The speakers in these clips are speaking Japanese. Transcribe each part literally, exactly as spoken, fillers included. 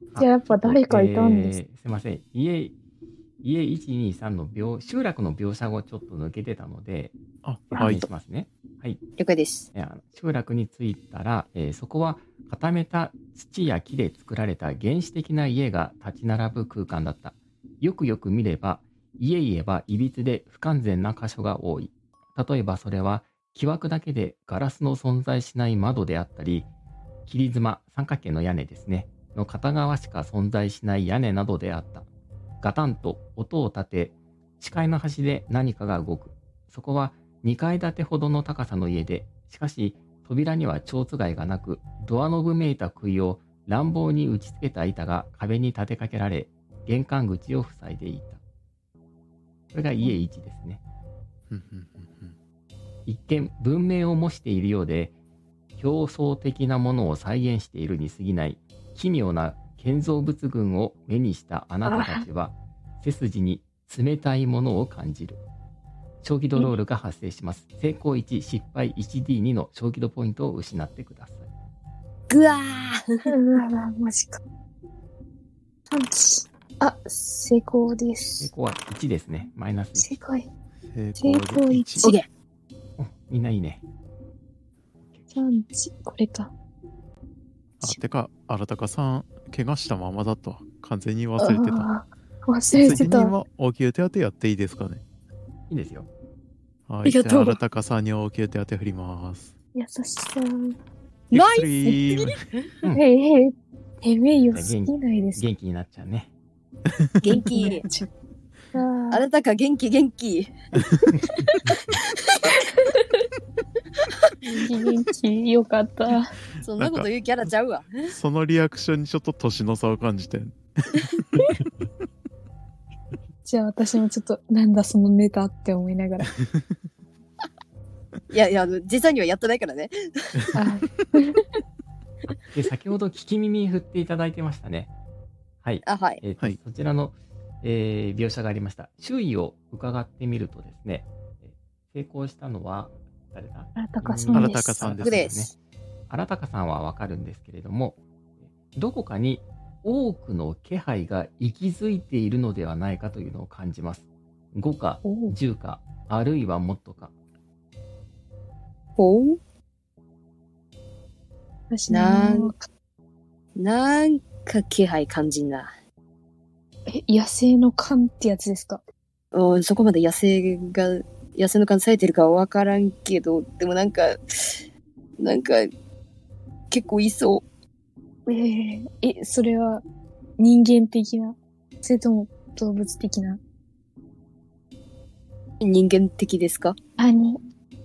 じゃあやっぱ誰かいたんです。 えー、すいません。家、家いちにさんの描集落の描写をちょっと抜けてたので、 あ、 説はい。 明しますね。はい。 了解です。 えーあの集落に着いたら、えーそこは固めた土や木で作られた原始的な家が立ち並ぶ空間だった。よくよく見れば、家々はいびつで不完全な箇所が多い。例えばそれは、木枠だけでガラスの存在しない窓であったり、切り妻、三角形の屋根ですね、の片側しか存在しない屋根などであった。ガタンと音を立て、視界の端で何かが動く。そこはにかい建てほどの高さの家で、しかし扉には蝶つがいがなく、ドアノブめいた杭を乱暴に打ち付けた板が壁に立てかけられ、玄関口を塞いでいた。これが家いちですね。 ふんふんふんふん。 一見文明を模しているようで、表層的なものを再現しているに過ぎない奇妙な建造物群を目にしたあなたたちは、背筋に冷たいものを感じる。小気度ロールが発生します。成功いち、失敗 いちディーに の小気度ポイントを失ってください。 ぐわーうわマジか。パンチ。あ、成功で成す。 功はいちですね。マイナスいち。 正解。 成成功功いち。 オッケお、みんないいね。 パンチ。これか。 あ、てか、新高さん、怪我したままだと。完全に忘れてた。 あー忘れて次にた。 は応急手当やっていいですかね。 いいですよ。 はい。 ありがとうじゃあ、新高さんに応急手当振ります。 優しさ。 ナイスエクストリームうんへいへい。てめえよすぎないですか。 元気になっちゃうね。 元気。 あーあなたか元気元気。 元気よかった。 そんなこと言うキャラちゃうわ。 そのリアクションにちょっと年の差を感じて。 じゃあ私もちょっとなんだそのネタって思いながら。 いやいや、実際にはやってないからね。 あで、先ほど聞き耳振っていただいてましたね。はい。 あ、はい。 えーとはいそちらの、えー描写がありました。周囲を伺ってみるとですね、えー成功したのは、誰だ荒高さん荒です。 高さんです僕です。 荒高さんはわかるんですけれども、どこかに多くの気配が息づいているのではないかというのを感じます。ごかおうじゅうか、あるいはもっとか。 ほう私なんのなんか気配感じんな。 え野生の勘ってやつですか。 うんそこまで野生が、野生の感されてるかはわからんけど、でもなんか、なんか、結構いそえー、え、それは人間的なそれとも動物的な。 う。人間的ですか？ あ、に、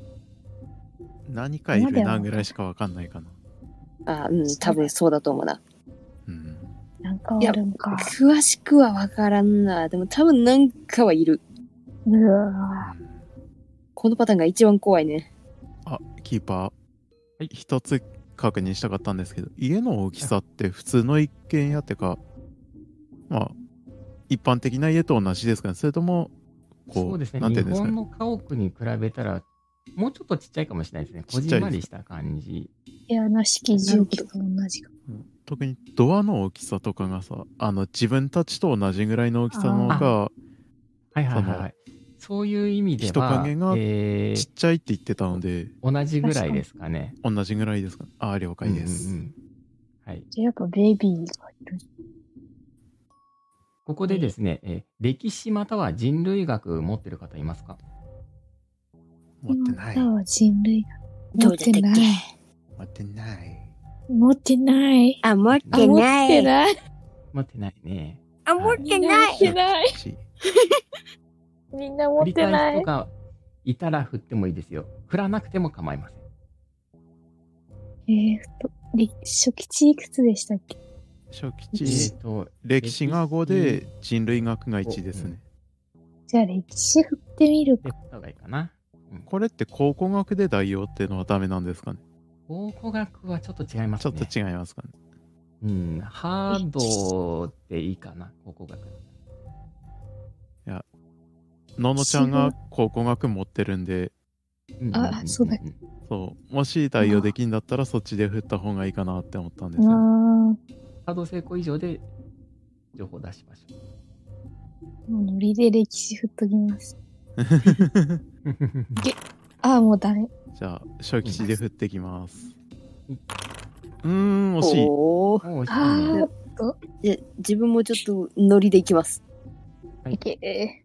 何かいるなぐらいしかわかんないかな。 あ、うん、多分そうだと思うな。 うん。 なんかあるんか。 詳しくはわからんな。でも多分なんかはいる。 うわこのパターンが一番怖いね。 あ、キーパー。 はい一つ確認したかったんですけど、家の大きさって普通の一軒家ってか、まあ、一般的な家と同じですかね。それとも、こう、 そうですね。 なんてい日うんですかね。 本の家屋に比べたら、もうちょっとちっちゃいかもしれないですね。こちっちゃいですじんまりした感じ。 いやな式住居と同じか。 うん特にドアの大きさとかがさ、あの自分たちと同じぐらいの大きさのがはいはいはい、 そのはい。そういう意味で人は、 影がえちっちゃいって言ってたので、 ー同じぐらいですかね。 同じぐらいですかね。ああ、了解です。 うんうんうんはい。 じゃあやっぱベイビーがいる。 ここでですね、えー歴史または人類学持ってる方いますか？ 持ってない。 または人類が持ってない。 持ってない。 持ってない。 あ、持っあ、持ってない。 持ってないね。 あ、 持っみんな持ってない。 しみんな持振りってないたい人。がいたら振ってもいいですよ。振らなくても構いません。 えーと、り初期値いくつでしたっけ？ 初期え値、 ーと、 歴史がごで歴人類学がいちですね。 じゃあ歴史振ってみるでか。 振った方がいいかな。うんこれって考古学で代用っていうのはダメなんですかね。 考古学はちょっと違いますね。 ちょっと違いますかね。 うん、ハードでいいかな、考古学。 ののちゃんが考古学持ってるんで、 うんあそうだ。 そう、もし代用できんだったらそっちで振った方がいいかなって思ったんですあよ、ね。 ーカード成功以上で情報を出しましょもうノリで歴史振っときます。 う。 ああ、もうダメ。 じゃあ、初期値で振ってきます。うーん、惜しい。 おー。 もう惜しいあね。 ーっと、 じゃあ自分もちょっとノリでいきます。 はいいけ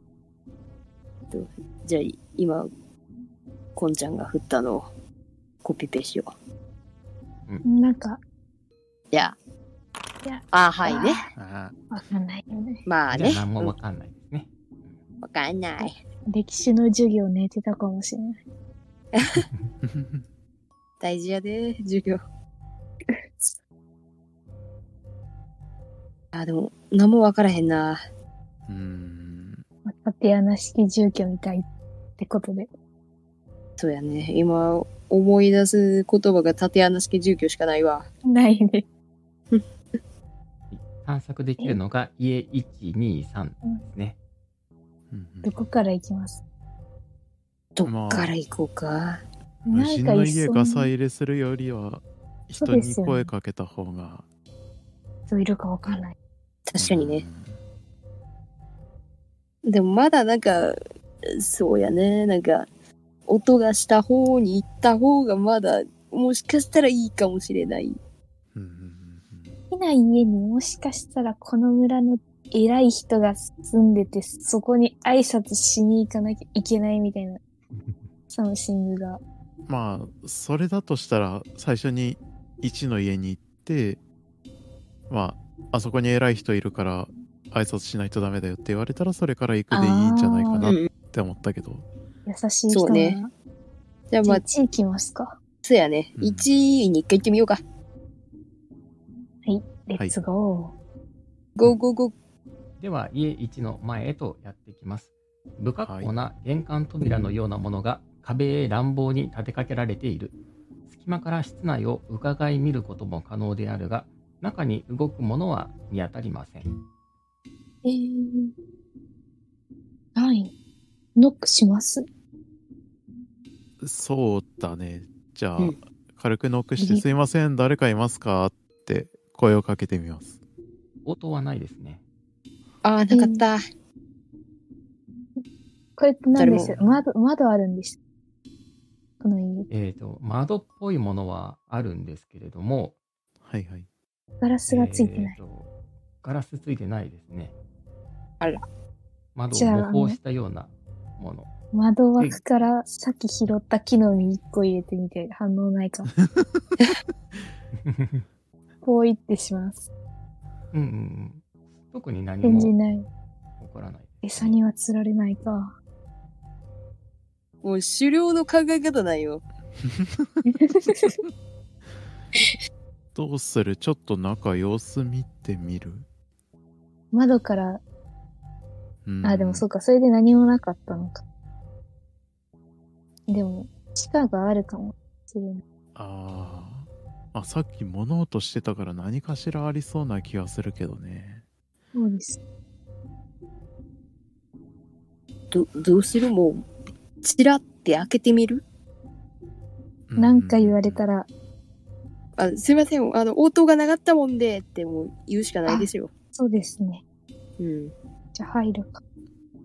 じゃあ今、こんちゃんが振ったのをコピペしよう。 ー。なんか、 じゃあ。 いやあ、はいね。 あわかんないよね。 まあね。 じゃあ何もうんわかんないですね。 わかんない。 歴史の授業寝てたかもしれない。 ー大事やで、授業。あ、でも、何もわからへんな。 うーん。 まあ縦穴式住居みたいってことで。 そうやね。今、思い出す言葉が縦穴式住居しかないわ。 ないね。 探索できるのが家いち、に、さんですね。 うんうんどこから行きますどっから行こうか。 無人の家ガサい入れするよりは、人にそうですよね声かけた方が。 そういるかわかんない。 確かにね。でもまだなんか、そうやね。なんか、音がした方に行った方がまだ、もしかしたらいいかもしれない。 うんうんうんうん好きな家にもしかしたらこの村の偉い人が住んでて、そこに挨拶しに行かなきゃいけないみたいなサムシングが。 まあ、それだとしたら、最初にいちの家に行って、まあ、あそこに偉い人いるから、挨拶しないとダメだよって言われたら、それから行くでいいんじゃないかなっうん。 て思ったけど。 優しい人な。 そうねじゃあまあじゃあ、、いち行きますか。 そうやね。 うんいちいに一回行ってみようか。 はい。レッツゴゴーゴーゴー。 では、家いちの前へとやってきます。不格好な玄関扉のようなものが壁へ乱暴に立てかけられている。隙間から室内を伺い見ることも可能であるが、中に動くものは見当たりません。 ー。えー。はい。ノックします。 そうだね。じゃあ、 うん軽くノックして、 リすいません、誰かいますかって声をかけてみます。 応答はないですね。 ああ、なかった。 これって何です誰窓、窓あるんです。この家。 えっ、と、窓っぽいものはあるんですけれども、 はいはい。 ガラスがついてない。 えーとガラスついてないですね。 あら。 窓をじゃあ模倣したようなもの。 窓枠からさっき拾った木の実いっこ入れてみて反応ないかも。こう言ってします。 うんうんうん。特に何返事もない。 起こらないですね、 餌には釣られないか。 もう狩猟の考え方ないよ。 どうする？ちょっと中様子見てみる？ 窓から、 うんあ、でもそうか、それで何もなかったのか。でも、地下があるかもしれない。 あーあ、さっき物音してたから何かしらありそうな気がするけどね。 そうです。 ど、どうする？もう、チラって開けてみる？ なんか言われたら。 ら、 あ、すいません。あの、応答がなかったもんで、ってもう言うしかないですよ。 そうですね。 うん。 じゃあ入るか。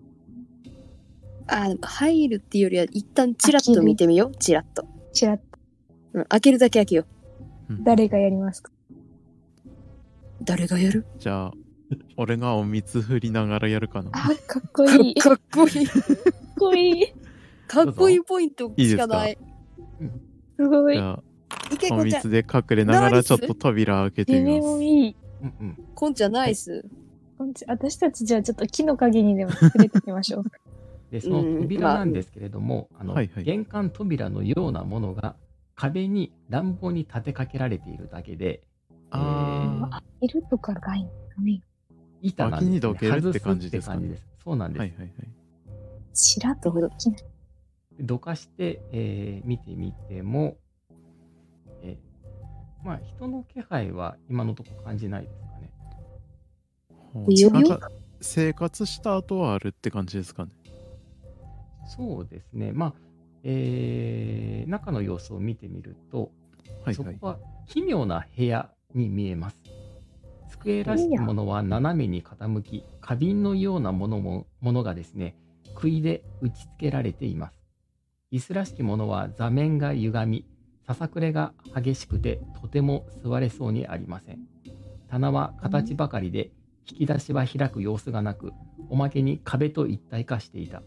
あ、入るっていうよりは、一旦チラッと見てみよう。チラッと。 ちらっとうん。開けるだけ開けよう。 うん誰がやりますか？ 誰がやる？ じゃあ、俺がお水振りながらやるかな。 あ、かっこかいい。かっかっこいい。 こいい。 かっこいいポイントしかない。 すごいじ。ゃあ、 いけ、 おこんちゃん。 水で隠れながナイスらちょっと扉開けててめみます。 もいい。 うんうん。 こんちゃんナイス。 こんち私たちじゃあちょっと木の陰にでも隠れてみましょう。 で、そのうん扉なんですけれども、あの、 はいはい玄関扉のようなものが壁に乱暴に立てかけられているだけで、 ああ、いるとかがいいんだね。 板なんです、ね。 脇にどけるって感じですかね外すって感じです。そうなんあ、 です。 はいはいはい。 ちらっとなるほ木のどかして、えー見てみても、えーまあ、人の気配は今のところ感じないですかね。 ほう余裕なんか生活した後はあるって感じですかね。 そうですね。まあ、えー中の様子を見てみると、 はいはい。 そこは奇妙な部屋に見えます。 机らしきものは斜めに傾き、花瓶のようなものもものがですね、杭で打ち付けられています。椅子らしきものは座面が歪み、ささくれが激しくてとても座れそうにありません。棚は形ばかりで、引き出しは開く様子がなく、おまけに壁と一体化していた。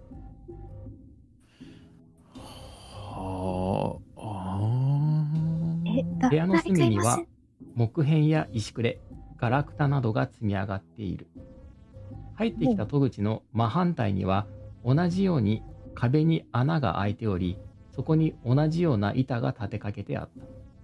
はあ、あえ、 ーだ部屋の隅には誰かい木片や石くれ、ガラクタなどが積み上がっている。入ってきた戸口の真反対には同じように壁に穴が開いており、そこに同じような板が立てかけてあった。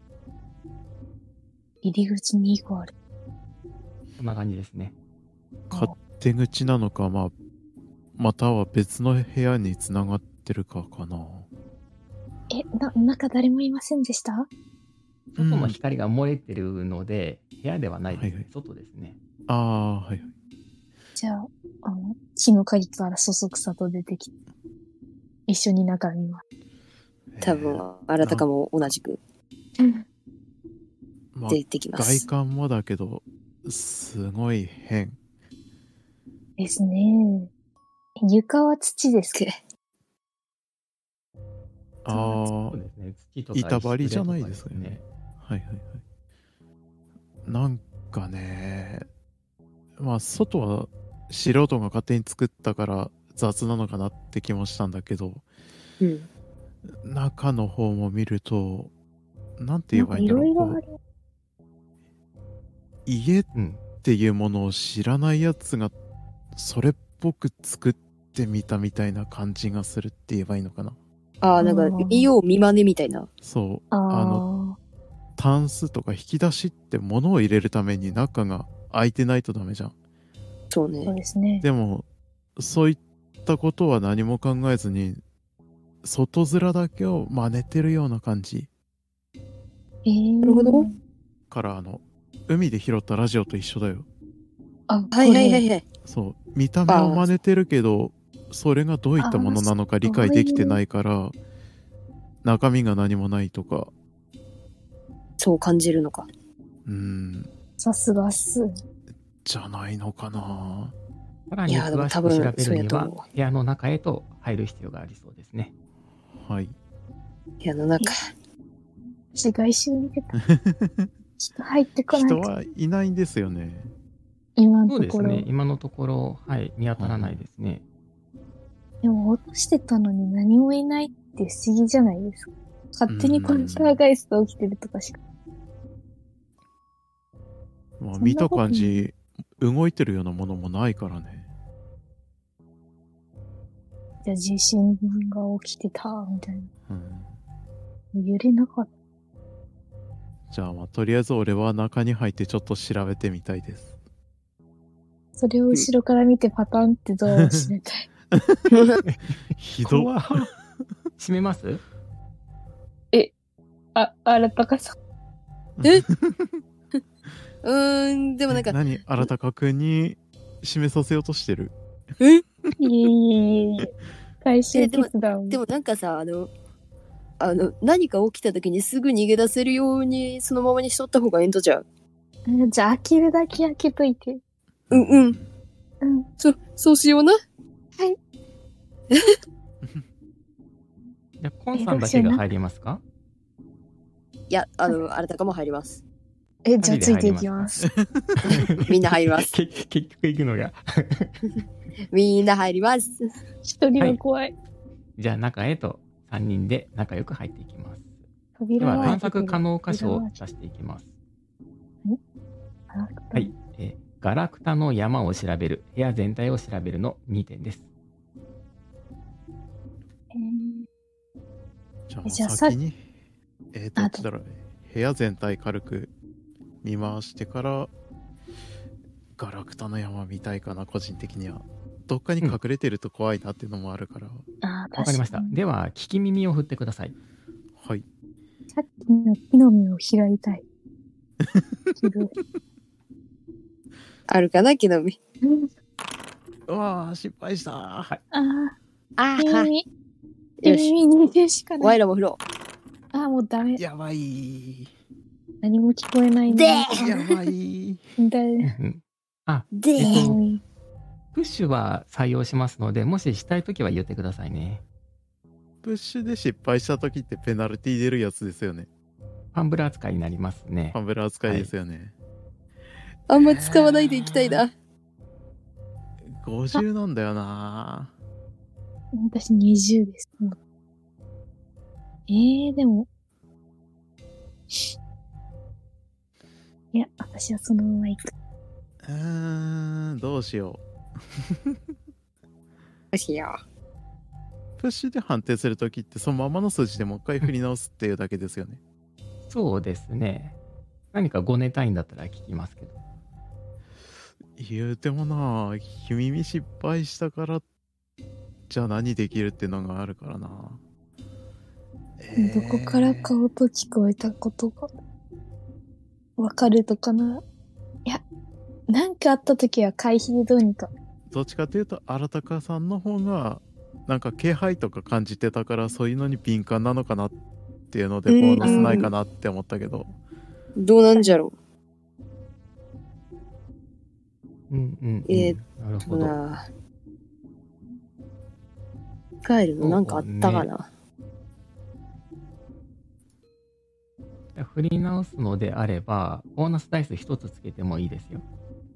入り口ににこある。 こんな感じですね。 勝手口なのか、まあ、または別の部屋につながってるかかな。 え、な、中誰もいませんでした？ 外の光が漏れてるので、部屋ではないですね。 はいはい外ですね。 ああ、はいはい。 じゃあ、あの、木の鍵からそそくさと出てきて、一緒に中見ます。 多分、あらたかも同じくまあ、 出てきま外す。 観もだけど、すごい変。 ですね。床は土ですか？ あそうですね。土とか板張りじゃない石ですねくれとかね。 あ、はいはいはい。なんかね、まあ、外は素人が勝手に作ったから雑なのかなって気もしたんだけど、 うん。 中の方も見ると、なんて言えなんかいばいいんだろう。こうろいろある。 家っうん。 ていうものを知らないやつがそれっぽく作ってみたみたいな感じがするって言えばいいのかな。 ああ、なんか、見よう見まねみたいな。 そう。 ああの、 あ、 タンスとか引き出しって物を入れるために中が開いてないとダメじゃん。 そうそうね。 ですね。 でも、そういったことは何も考えずに、外面だけを真似てるような感じ。 えー、 なるほど。 から、あの、海で拾ったラジオと一緒だよ。 あ、 はいはいはいい。 はい。 そう。見た目を真似てるけど、それがどういったものなのか理解できてないから、中身が何もないとか、 そう感じるのか。 うーん、 さすがっす。 じゃないのかな。 さらにいやでも詳しく調べる多分そうにはやと思う部屋の中へと入る必要がありそうですね。 はい。 部屋の中。 私外周見てた。人入ってこない人はいないんですよね。 今そうですのところ。 ね。今のところ、はい、見当たらないですね。 でも落としてたのに何もいないって不思議じゃないですか。勝手にパンサーガイスト起きてるとかしか。 まあ、 そんな見たこと感じ、動いてるようなものもないからね。 じゃあ地震が起きてた、みたいな。 うん、 揺れなかった。 じゃあ、まあ、とりあえず俺は中に入ってちょっと調べてみたいです。 それを後ろから見てパタンってドアを閉めたい。 ひどっ。 怖っ閉めます？ あ、あらたかさん。 えうーん、でもなんか、 何新たかくんに締めさせようとしてる？ いえいえいえ。回収決断。 でもなんかさ、あの、あの、何か起きた時にすぐ逃げ出せるように、そのままにしとった方がええんとじゃう。 うんじゃあ開けるだけ開けといて。 うんうん。 うん。 そ、そうしような。 じゃあ、コンさんだけが入りますか？ いや、あの、あれたかも入ります。 え、じゃあついていきます。 みんな入ります。 結結局行くのが。 みんな入ります。 一人は怖い。 じゃあ、中へとさんにんで仲良く入っていきます。で扉は、探は開けてる索可能箇所を出していきます。 ははい。えーガラクタの山を調べる、部屋全体を調べるのにてんです。 えーじゃじゃああ先に、えー、どあっちだろう。部屋全体軽く見回してから、ガラクタの山見たいかな、個人的には。どっかに隠れてると怖いなっていうのもあるから。 あーわかりました。 確にでは、聞き耳を振ってください。 はい。 さっきの木の実を開いたい。広いあるかな、木の実。 うんうわー、失敗したー。 はい。 ああー、耳、 よし。 耳に入れしかない。 ワイらも振ろあー、もうダメ。 やばいー。 何も聞こえないでね。 やばい。 だうんあ、 でえっとうんプッシュは採用しますので、もししたいときは言ってくださいね。 プッシュで失敗した時ってペナルティ出るやつですよね。 ファンブル扱いになりますねファ。ンブル扱いですよね。 あんま使わないでいきたいな。 ごじゅうなんだよな。 私にじゅうです。もうえー、でも。いや、私はそのまま行く。 うーん、どうしよよしよ。 う。プッシュで判定するときってそのままの数字でもう一回振り直すっていうだけですよね。 そうですね。何かごネタいんだったら聞きますけど。 言うてもな、耳失敗したからじゃあ何できるっていうのがあるからな。えーどこからか音聞こえたことがわかるとかな。いや、なんかあった時は回避でどうにか。 どっちかというと荒高さんの方がなんか気配とか感じてたからそういうのに敏感なのかなっていうのでうんボーナスないかなって思ったけど、 どうなんじゃろうんうん、うん。 えーう。 なるほど。 なあ。帰るのなんかあったかな。 振り直すのであれば、ボーナスダイス一つつけてもいいですよ。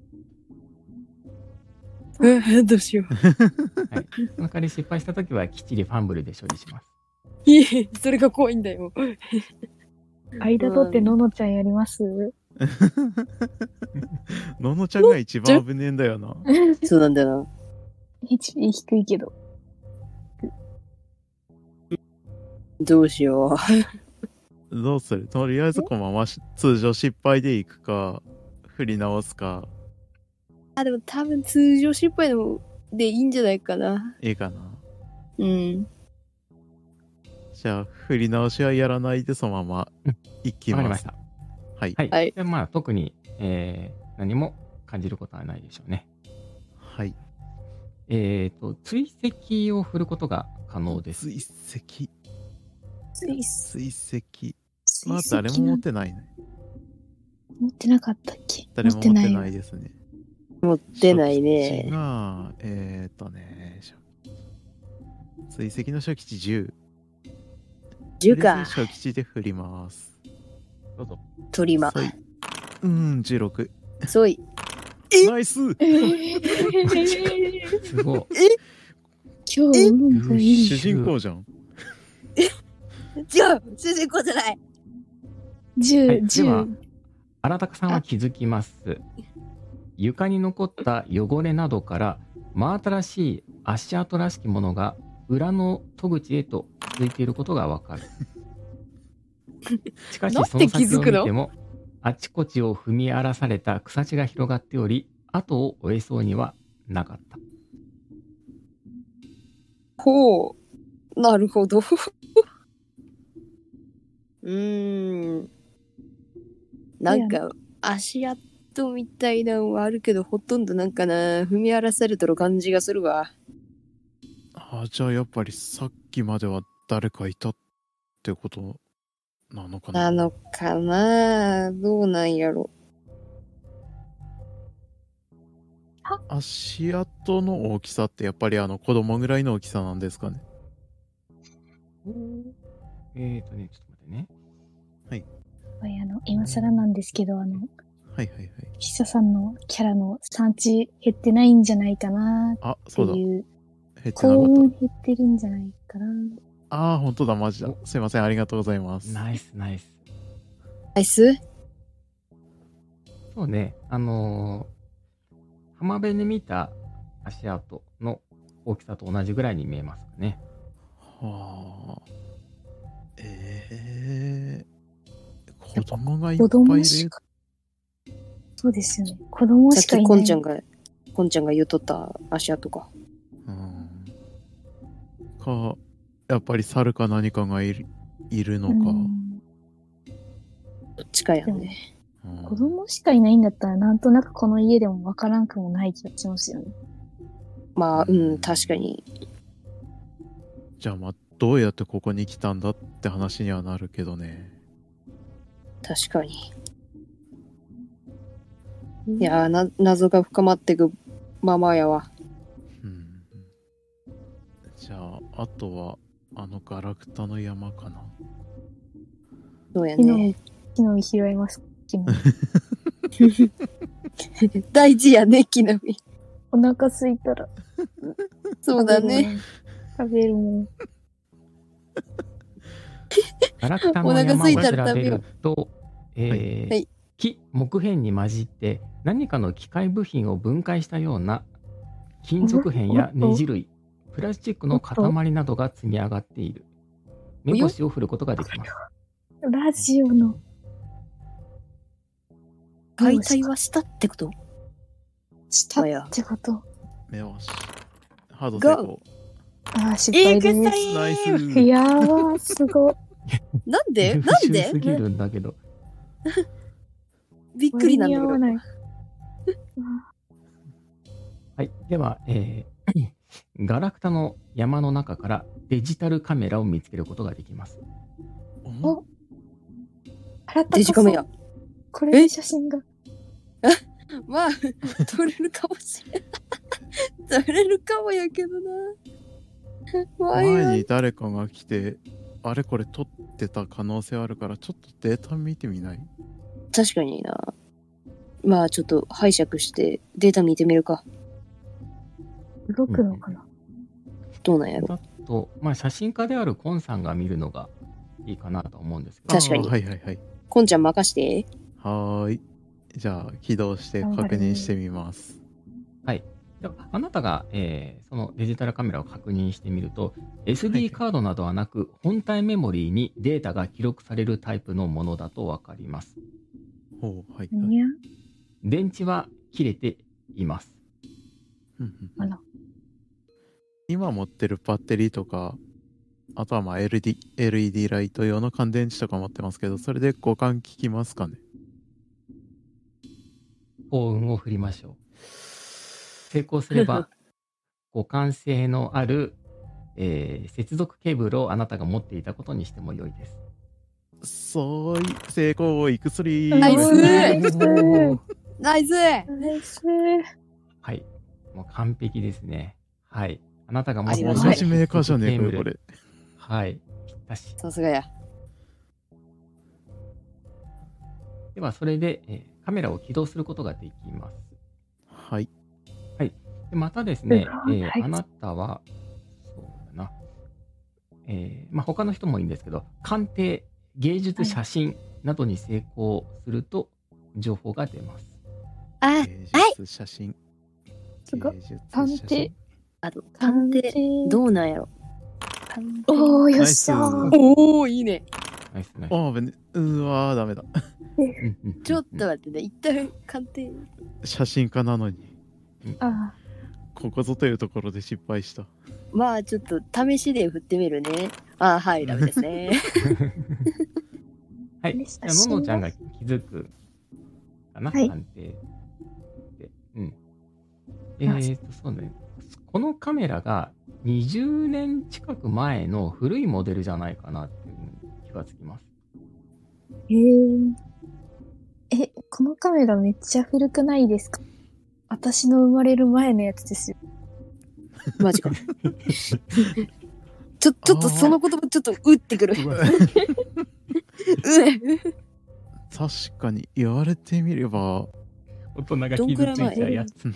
えどうしよう。 はい。その代わり失敗したときはきっちりファンブルで処理します。 いえ、それが怖いんだよ。 間取ってののちゃんやりますののちゃんが一番危ねえんだよな。 そうなんだよな。 エイチピー 低いけど。 どうしよどうする？とりあえずこのままし通常失敗でいくか振り直すかう。あ、でも多分通常失敗のでいいんじゃないかな。 いいかな。 うん。 じゃあ振り直しはやらないでそのままいきます。 わかりました。 はい。 はい。 はいでまあ、特に、えー何も感じることはないでしょうね。 はい。 えっ、と、追跡を振ることが可能です。 追跡。 追追跡。 追まあ誰も持ってないね。 持ってなかったっけ誰も持ってないわですね。 持ってない初期値ね。 が、えっ、ー、とね、追跡の初期値じゅう。 じゅうか。 初期値で振ります。 どうぞ。 トリマ。 そい。うん、じゅうろく。 そい。 ナイス。 えー、 すごい。 今日運がいい。 主人公じゃん。 違う主人公じゃない 10、 はい、では 10。 荒高さんは気づきます。床に残った汚れなどから真新しい足跡らしきものが裏の戸口へと続いていることがわかる。しかしなんでその先を気づくの見てもあちこちを踏み荒らされた草地が広がっており、後を追えそうにはなかった。 ほう。なるほど。うーん。なんか、足跡みたいなのはあるけど、ほとんどなんかな、踏み荒らされとる感じがするわ。 あ、じゃあやっぱりさっきまでは誰かいたってことなのかな。 なのかなどうなんやろ。 足跡の大きさってやっぱりあの子供ぐらいの大きさなんですかね。 えーとね、ちょっと待ってね。 あの、今更なんですけど、あの、 はいはいはい。 ヒサさんのキャラの産地減ってないんじゃないかなあ、 ってそうだ。減いう、 ってな幸かった。 運減ってるんじゃないかな。 ああ、本当だ、マジだ。すいません、ありがとうございます。 ナイスナイス。 ナイスそうね、あのー浜辺で見た足跡の大きさと同じぐらいに見えますかね。 はあ。ええー、子供がいっ子ぱいいる。 供しか、そうですよね。子供さっきしかいない。 コンちゃんが、コンちゃんが言うとった足跡か。 うん。か、やっぱり猿か何かがいるいるのか。 うんどっちかやね。 うん子供しかいないんだったら、なんとなくこの家でもわからんくもない気がしますよね。 まあ、うん、確かに。 じゃあまあ、どうやってここに来たんだって話にはなるけどね。 確かに。 いやーな、謎が深まってくままやわ。 うん。じゃあ、あとは、あのガラクタの山かな。 そうや木のね。 実、木の実拾います。木の実。 大事やね、木の実。 お腹空いたら。 そうだね。 食べるもん。 ガラクタのお腹山を空いたら調べると、えーはい木木片に混じって何かの機械部品を分解したような金属片やネジ類、プラスチックの塊などが積み上がっている。目星を振ることができます。 ラジオの。 解体はしたってことしたってこと。 目押し。ハード成功。 ああ、失敗です。 ナイス。 いやー、すごい。 なんで優なんで秀すぎるんだけど。 びっくりなんだけど。 割に合わない。 はい。では、えーガラクタの山の中からデジタルカメラを見つけることができます。 おあらたデジカメや。 これで写真が。 まあ、撮れるかもしれん。撮れるかもやけどな。 前に誰かが来て、あれこれ撮ってた可能性あるから、ちょっとデータ見てみない？ 確かにな。まあちょっと拝借してデータ見てみるか。 動くのかな、 どうなんやろ。 だと、まあ、写真家であるコンさんが見るのがいいかなと思うんですけど。 確かにあーはいはいはい。 こんちゃん任して。 はーい。じゃあ、起動して確認してみます。 はい。ではあなたが、えーそのデジタルカメラを確認してみると、エスディー カードなどはなく、本体メモリーにデータが記録されるタイプのものだとわかります。 ほう、はい、はい。 いや、 電池は切れています。 うんうんあら。 今持ってるバッテリーとか、あとはまあ エルイーディー、エルイーディー ライト用の乾電池とか持ってますけど、それで互換効きますかね？ 幸運を振りましょう。成功すれば、互換性のある、えー接続ケーブルをあなたが持っていたことにしても良いです。 そうい、成功、いくつりナイスナイスナイス。 ナイスはい。もう完璧ですね。はい。あなたが持っていありがとうた同じメーカーじゃねえかよ、これ。 はい。ぴったし。 さすがや。 では、それで、えーカメラを起動することができます。 はい。 でまたですね、 うんはいえーあなたは、そうだな、えーまあ、他の人もいいんですけど、鑑定、芸術、写真などに成功すると情報が出ます。 あ、 芸術、写真。 すごい芸術探偵写真あと、探偵、どうなんやろ。探偵おー、よっしゃナイース。 おー、いいね。 ナイスナイス。 ああ、べね、うわー、ダメだ。 うんうんうんちょっと待ってね。一旦鑑定。 写真家なのに、 あここぞというところで失敗した。 まあちょっと試しで振ってみるね。あ、はい、ダメですね。 はい。 でじゃあ、ののちゃんが気づくかな、 はい鑑定で。うん。えーと、そうね。このカメラがにじゅうねん近く前の古いモデルじゃないかなっていうふうに気がつきます。 ー。へー。え、このカメラめっちゃ古くないですか？私の生まれる前のやつですよ。 マジか。ちょ、ちょっとその言葉ちょっと打ってくる。 うわう確かに言われてみれば、 大人が傷ついちゃうやつ。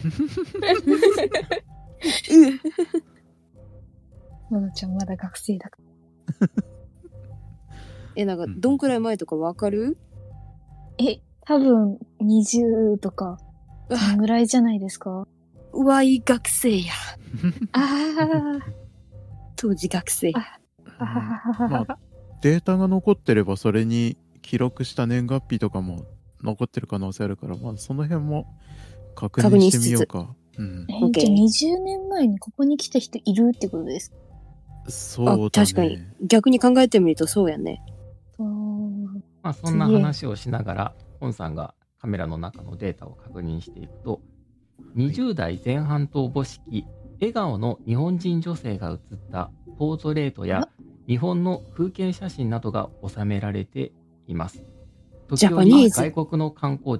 ののちゃんまだ学生だから。 え、なんか、どんくらい前とかわかる？ え、多分にじゅうとか、 うわそんぐらいじゃないですか？ うわい学生や。 あ当時学生。 あ、あははははまあ、データが残ってればそれに記録した年月日とかも残ってる可能性あるから、まあ、その辺も確認してみようか。うん、 え、 オッケーじゃあにじゅうねんまえにここに来た人いるってことですか？ そうだね。 あ、確かに。逆に考えてみるとそうやね。 そうまあ、そんな話をしながら、本さんがカメラの中のデータを確認していくと、にじゅう代前半とおぼしき笑顔の日本人女性が写ったポートレートや日本の風景写真などが収められています。時ジャパニー折ズ外国の観光地、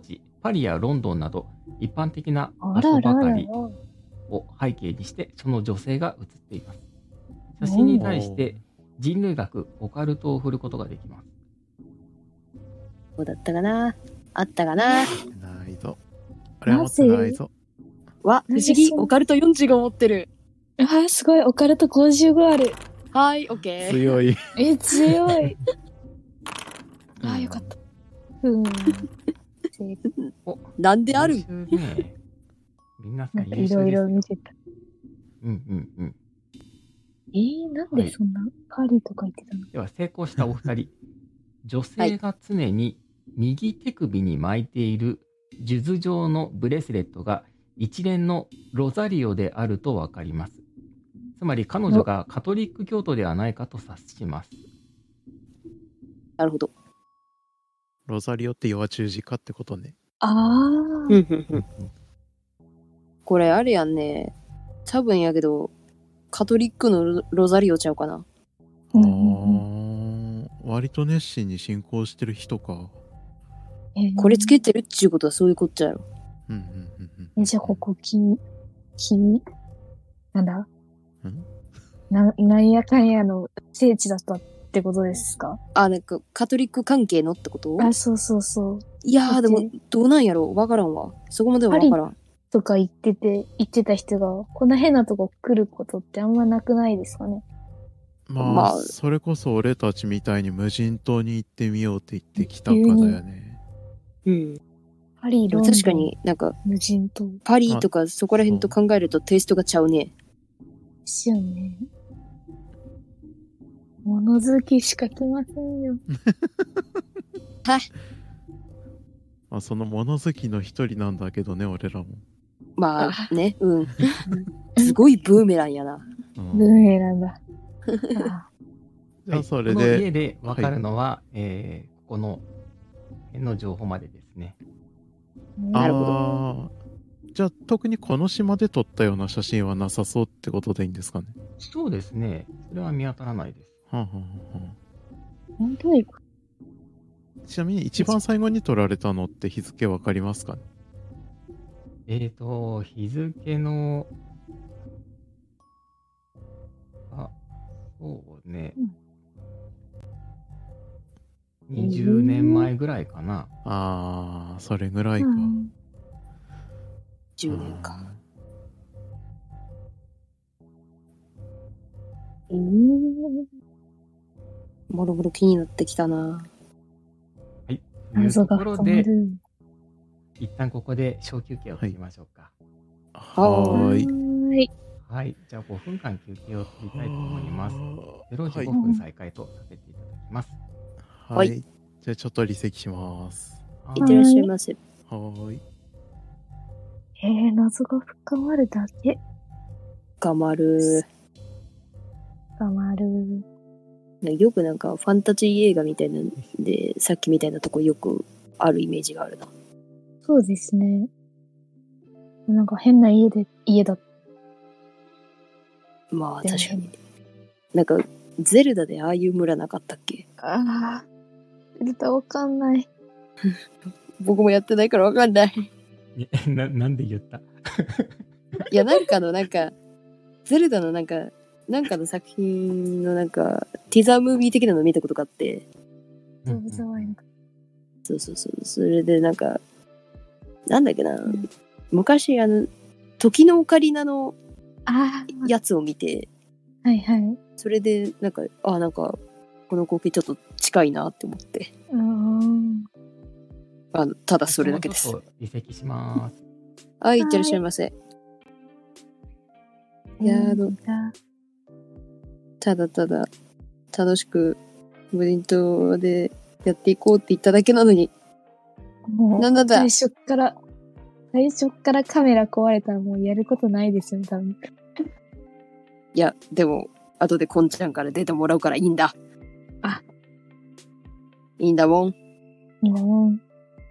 パリやロンドンなど一般的なあ場所らららら。 ばかりを背景にしてその女性が写っています。写真に対して人類学、オカルトを振ることができます。 どうだったかな、あったかな。 ないぞ。あれは持ってないぞ。 わ、不思なぜ議。 そうオカルトよんじゅうご持ってる。 あー、すごい。オカルトごじゅうごある。 はい、オッケー。 強い。 え、強い。あー、よかった。うん。正解。 なんであるん？ 今週ね、皆さなんん優秀かいろいですよ。 ろ見てた。 うんうんうん。 えー、なんでそんなパリとか言ってたの？ では成功したお二人。女性が常に右手首に巻いている数珠状のブレスレットが一連のロザリオであるとわかります。つまり彼女がカトリック教徒ではないかと察します。 なるほど。 ロザリオって弱十字架ってことね。 あー。 うんうんうんこれあれやんね。多分やけど、カトリックのロロザリオちゃうかな。 うんあうんー、割と熱心に信仰してる人か。 えーこれつけてるっちゅうことはそういうことちゃうよ。 うんうんうんうん。 え、じゃあここ、き、き、なんだんな、なんやかんやの聖地だったってことですか？ あ、なんかカトリック関係のってこと？ あ、そうそうそう。 いやーでもだってどうなんやろわからんわ。そこまではわからん。 とか言ってて、言ってた人が、こんな変なとこ来ることってあんまなくないですかね？ まあ、 まあそれこそ俺たちみたいに無人島に行ってみようって言ってきたかだよね。 うん。 パリ、ロンドン、 確かになんか無人島でパリとかそこら辺と考えるとテイストがちゃうね。 すよね。物好きしか来ませんよ。 はい。 まあ、その物好きの一人なんだけどね、俺らも。 まあね、うん。すごいブーメランやな。 うんブーメランだ。あじゃあそれこので、 家でわかるのは、えーここの辺の情報までですね。 なるほどあーじゃあ特にこの島で撮ったような写真はなさそうってことでいいんですかね。 そうですね。それは見当たらないです。 はんはんはんはん本当にちなみに一番最後に撮られたのって日付わかりますかね。 えーと、日付の、あ、そうね。にじゅうねんまえぐらいかな。 あー、それぐらいか。 うんじゅうねんか。 えー、 もろもろ気になってきたな。 はい。という謎がところで、 深まる。 一旦ここで小休憩を取りましょうか。 はーい。 ーい。 はい。じゃあごふんかん休憩を取りたいと思います。ゼロじはいごふん再開とさせていただきます。 は。 はいいじゃあちょっと離席します。 はいってらっしゃいませ。 はーい。 えー、謎が深まるだけ。 頑張る。 深まる。 よくなんかファンタジー映画みたいなんで、さっきみたいなとこよくあるイメージがあるな。 そうですね。なんか変な家で、家だっまあたよね確かに。なんか、ゼルダでああいう村なかったっけ？ ああ。絶対わかんない。 僕もやってないからわかんない。 いななんで言ったいや、なんかのなんか、ゼルダのなんか、なんかの作品のなんか、ティザームービー的なの見たことがあって、 動物はワインそうそうそう、それでなんか、なんだっけな、 ん昔あの、時のオカリナのあやつを見て、 あ。はいはい。 それでなんか、あ、なんか、この光景ちょっと近いなって思って、 うーん。 あのただそれだけです。 もうちょっと離席します。 はい、いってらっしゃいませ。いやーあのうんだただただ楽しく無人島でやっていこうって言っただけなのに、 もう、 なんだだ最初っから、最初っからカメラ壊れたらもうやることないですよね、多分。 いや、でも、後でこんちゃんから出てもらうからいいんだ。 あ。 いいんだもん。 いいなもん。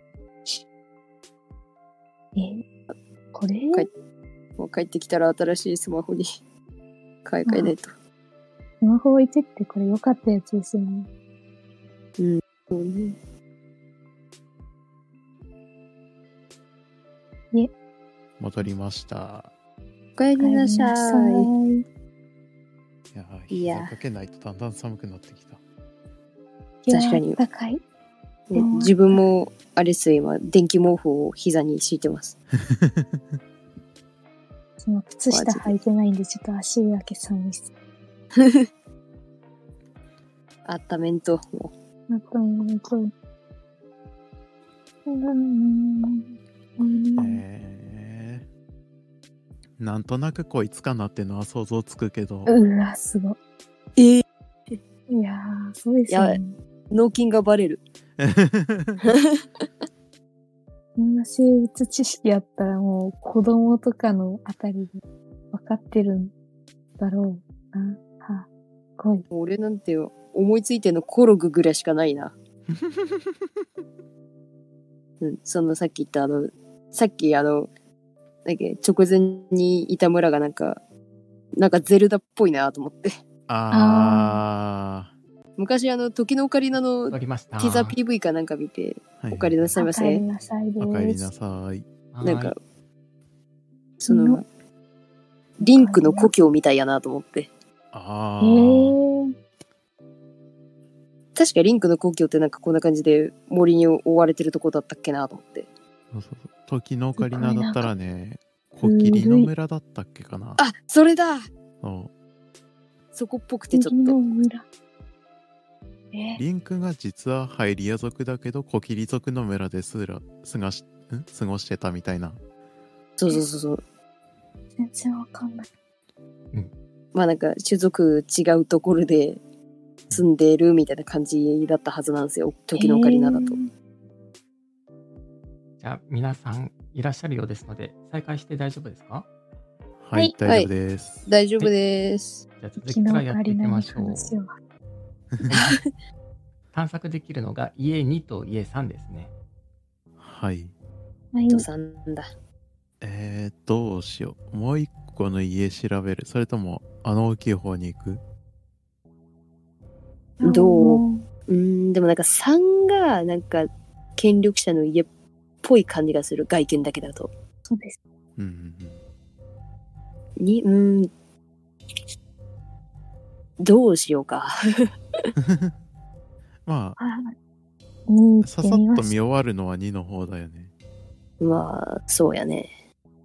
え、これ帰もう帰ってきたら新しいスマホに買い替えないと。 スマホ置いてってこれ良かったやつですよね。 そうね。 戻りました。 おかえりなさい。 いやー、 いや膝かけないとだんだん寒くなってきた。 確かに高い。 ね、自分もあれっすよ、今電気毛布を膝に敷いてます。 その靴下履いてないんでちょっと足だけ寒いっす。 あっためんともあともうと。 えー、なんとなくこいつかなってのは想像つくけど、 うわ、すごい。 えー、 いやー、そうですよね。 脳筋がバレる。 こんな生物知識あったらもう子供とかのあたりで分かってるんだろうな。は、ごい。 俺なんて思いついてんのコログぐらいしかないな。うん、そのさっき言ったあの、さっきあの、なんか直前にいた村がなんか、なんかゼルダっぽいなと思って。 あー。 昔あの、時のオカリナのテ撮りました。 ィザー ピーブイ かなんか見て、 はいはいおかえりなさいまおかえりせ。 なさいです。 おかえりなさい。 なんかはい、 その、リンクの故郷みたいやなと思って。 あえー。 ー、 確かリンクの故郷ってなんかこんな感じで森に覆われてるとこだったっけなと思って。 そうそうそう。時のオカリナだったらね、 すコキリの村だったっけかな。 あ、それだそう。 そこっぽくてちょっ次のと。 村。えー、 リンクが実はハイリア族だけどコキリ族の村ですら過ごし、ん過ごしてたみたいな。 そうそうそうそう。 全然わかんない。 まあなんか種族違うところで住んでるみたいな感じだったはずなんですよ。時のオカリナだと。 えーじゃあ皆さんいらっしゃるようですので再開して大丈夫ですか？ はい、 はい大丈夫です。 大丈夫です。 じゃあ続きからやっていきましょう。 昨日探索できるのが家にと家さんですね。 はい。 はい。 とさんだ。 えー、どうしよう。もう一個の家調べる。それともあの大きい方に行く？ どううーん、でもなんかさんがなんか権力者の家っぽい感じがする。外見だけだと。 そうです。 うんうんに、うーん。どうしようか。 まあー、に行あ、ささっってみましと見終わるのはにの方だよね。 まあ、そうやね。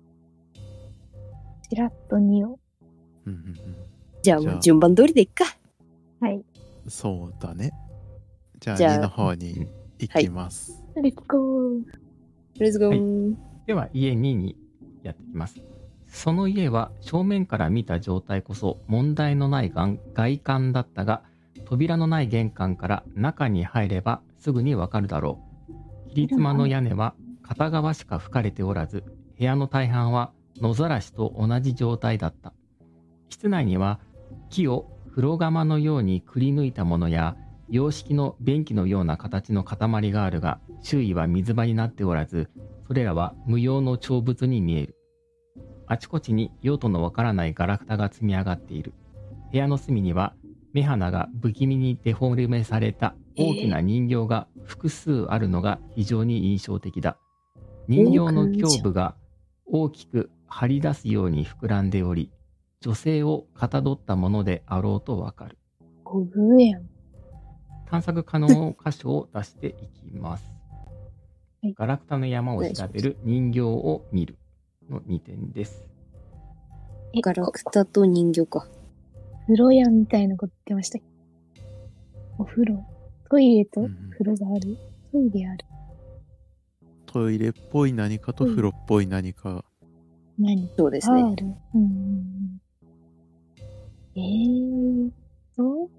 ちらっとにを。 うんうんじゃあじゃあもう順番通りでいっか。 はい。 うん。そうだね。じゃあじゃあにの方に行きます。 レッツゴー。 レッツゴー。 はいでは家ににやっていきます。その家は正面から見た状態こそ問題のない外外観だったが、扉のない玄関から中に入ればすぐにわかるだろう。切妻の屋根は片側しか吹かれておらず、部屋の大半は野ざらしと同じ状態だった。室内には木を風呂釜のようにくり抜いたものや洋式の便器のような形の塊があるが、周囲は水場になっておらず、それらは無用の長物に見える。あちこちに用途のわからないガラクタが積み上がっている。部屋の隅には目鼻が不気味にデフォルメされた大きな人形が複数あるのが非常に印象的だ。人形の胸部が大きく張り出すように膨らんでおり、女性をかたどったものであろうとわかる。 ごぶやん。 探索可能箇所を出していきます。 はいガラクタの山を調べる、人形を見るのにてんです。 え、 ガラクタと人形か。 風呂屋みたいなこと言ってましたっけ？お風呂。トイレとうんうん風呂がある。トイレある。 トイレっぽい何かと風呂っぽい何か。 何そうですね。 ある。うんうんうん。えーと、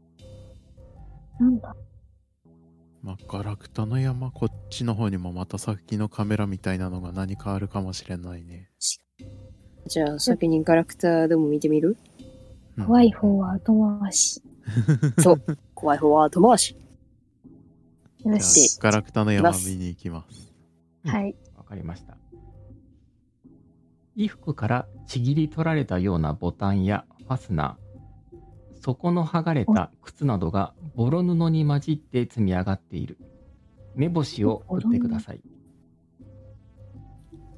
なんだ。 まあ、ガラクタの山、こっちの方にもまたさっきのカメラみたいなのが何かあるかもしれないね。 じゃあ先にガラクタでも見てみる？ うん怖い方は後回し。 そう。怖い方は後回し。 よじゃし。 あガラクタの山見に行きます。 はい。 わかりました。衣服からちぎり取られたようなボタンやファスナー、底の剥がれた靴などがボロ布に混じって積み上がっている。目星を打ってください。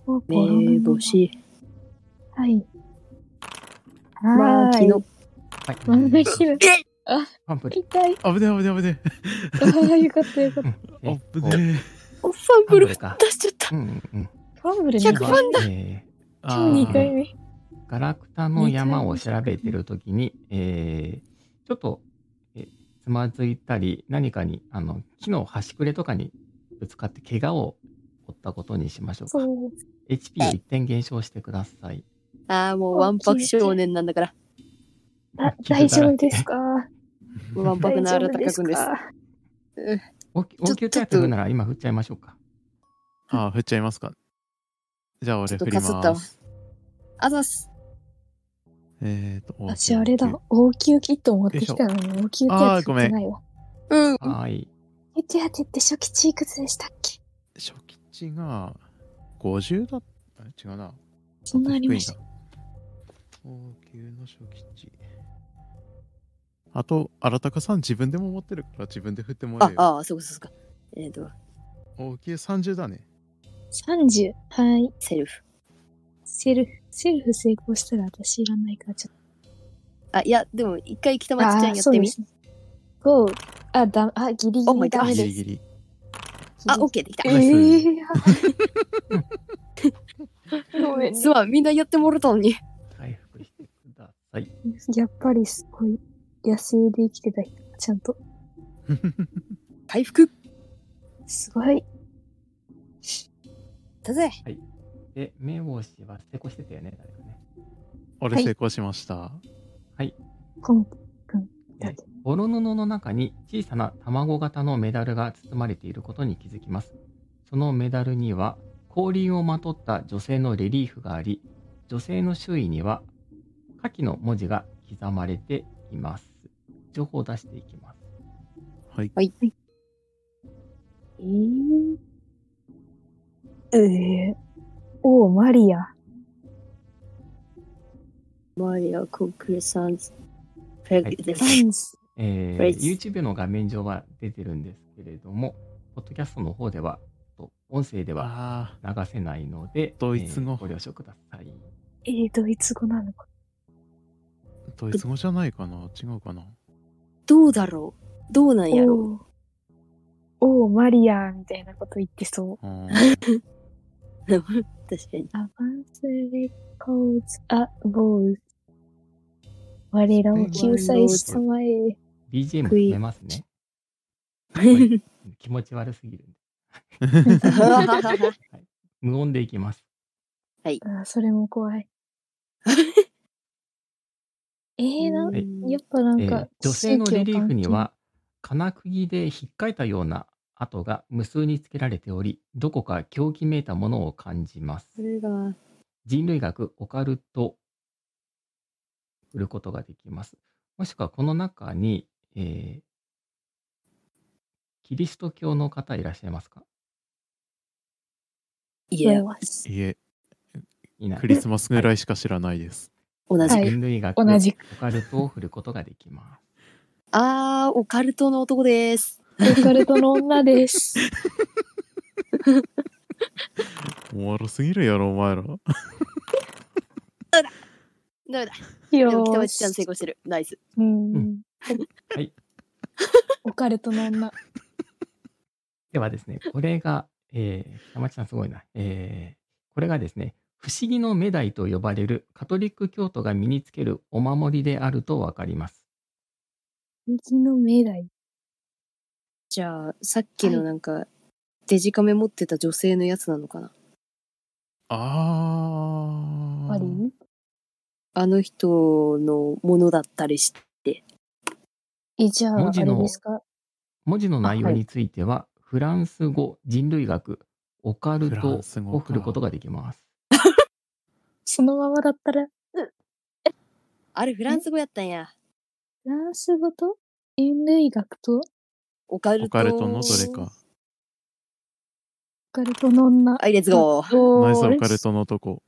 おボロ目布。 星。 はい。 まあ、 はーい。 昨日。 はい。 まだ切る。あ、 パンプル。 痛い。 危ねえ危ねえ危ねああ、よかったよかった。 ええ。危ねえ。 お、ファンブルファンブルか出しちゃった。 うんうんうん。 ファンブルひゃにかいくばんだ。 えあ今日にかいーめ。 ー、ガラクタの山を調べてるときに、えー、ちょっと、えつまずいたり、何かに、あの、木の端くれとかにぶつかって怪我を負ったことにしましょうか。 そう。 エイチピー をいってん減少してください。 ああ、もうわんぱく少年なんだから。 あ、 傷だらけ大丈夫ですか？ わんぱくな新大丈夫で高くんです。 すか？ うん応急応急手当振るなら今振っちゃいましょうか。 あー、振っちゃいますか。じゃあちょっと俺振りかすったわます。 あざっす。 えーと、 私あれだ、応急キット持ってきたのに応急手当振ってないわ。 うん。 はーい。 応急手当って初期値いくつでしたっけ？ 初期値がごじゅうだった違うな。 そんなありました。 応急の初期値。あと、荒高さん自分でも持ってるから自分で振ってもらえ、よ。 あああ、そうかそうか。えっ、と、 応急さんじゅうだね。 さんじゅう。はい。 セルフ。 セルフ、セルフ成功したら私いらないからちょっあ、いや、でも一回北と。 町ちゃんやってみ。 あーそうですね。ゴー。あ、だ、あ、ギリギ Oh my リダメです。 ギリギリ。 あ、オッケーできた。 えナイスえー、ごめんねす。まん、みんなやってもらったのに。 回復してください。 やっぱりすごい野生で生きてた人がちゃんと。 回復すごい。 だぜ。 で、目星は成功してたよね、誰かね。 はい俺成功しました。 はい。 ポン。 えボロ布の中に小さな卵型のメダルが包まれていることに気づきます。そのメダルには後輪をまとった女性のレリーフがあり、女性の周囲には下記の文字が刻まれています。情報を出していきます。 はい。 えー、えー、おー、マリア。 マリア・コンクレサンズ。フェグでサす。 ンズ。 えー Great YouTube の画面上は出てるんですけれども、ポッドキャストの方では、と音声ではあ流せないので、 ドイツ語えーご了承ください。 えー、ドイツ語なのか。 ー、ドイツ語じゃないかな違うかなどうだろうどうなんやろうおー、おー、マリアみたいなこと言ってそう。 あー確かに。 アバンスレコーズ、あ、ボーズ。我らを救済したまえ。 ビージーエムクイ止めますね。はい気持ち悪すぎるんで。無音でいきます。 あ、それも怖い。えー、な、 はいやっぱなんか、 えー女性のレリーフには金釘で引っかいたような跡が無数につけられており、どこか狂気めいたものを感じます。 それが、 人類学、オカルト、売ることができます。もしくはこの中に、えーキリスト教の方いらっしゃいますか？ いや、 ます。 いえ、 いない。 クリスマスぐらいしか知らないです。 同じく。 はい人類学、 同じくオカルトを振ることができます。 あー、オカルトの男です。 オカルトの女です。 おもろすぎるやろ、お前ら。 ダメだ。 よでも北ー町ちゃん成し。 功してる。ナイス。 うん。 はい。 オカルトの女。 ではですね、これが、えー、北町さんすごいな。えー、これがですね、不思議のメダイと呼ばれるカトリック教徒が身につけるお守りであるとわかります。 右の命題。 じゃあ、さっきのなんか、デジカメ持ってた女性のやつなのかな。 あー。 ありあの人のものだったりして。 え、じゃあ、あれ文字のですか？ 文字の内容あはいについては、フランス語、人類学、オカルフラトンス語かを振ることができます。 そのままだったら、 あれ、フランス語やったんや。 フランス語と人類学とオカルト。 オカルトのどれか。 オカルトの女。 はい、レッツゴー。 おーナイスオカルトの男。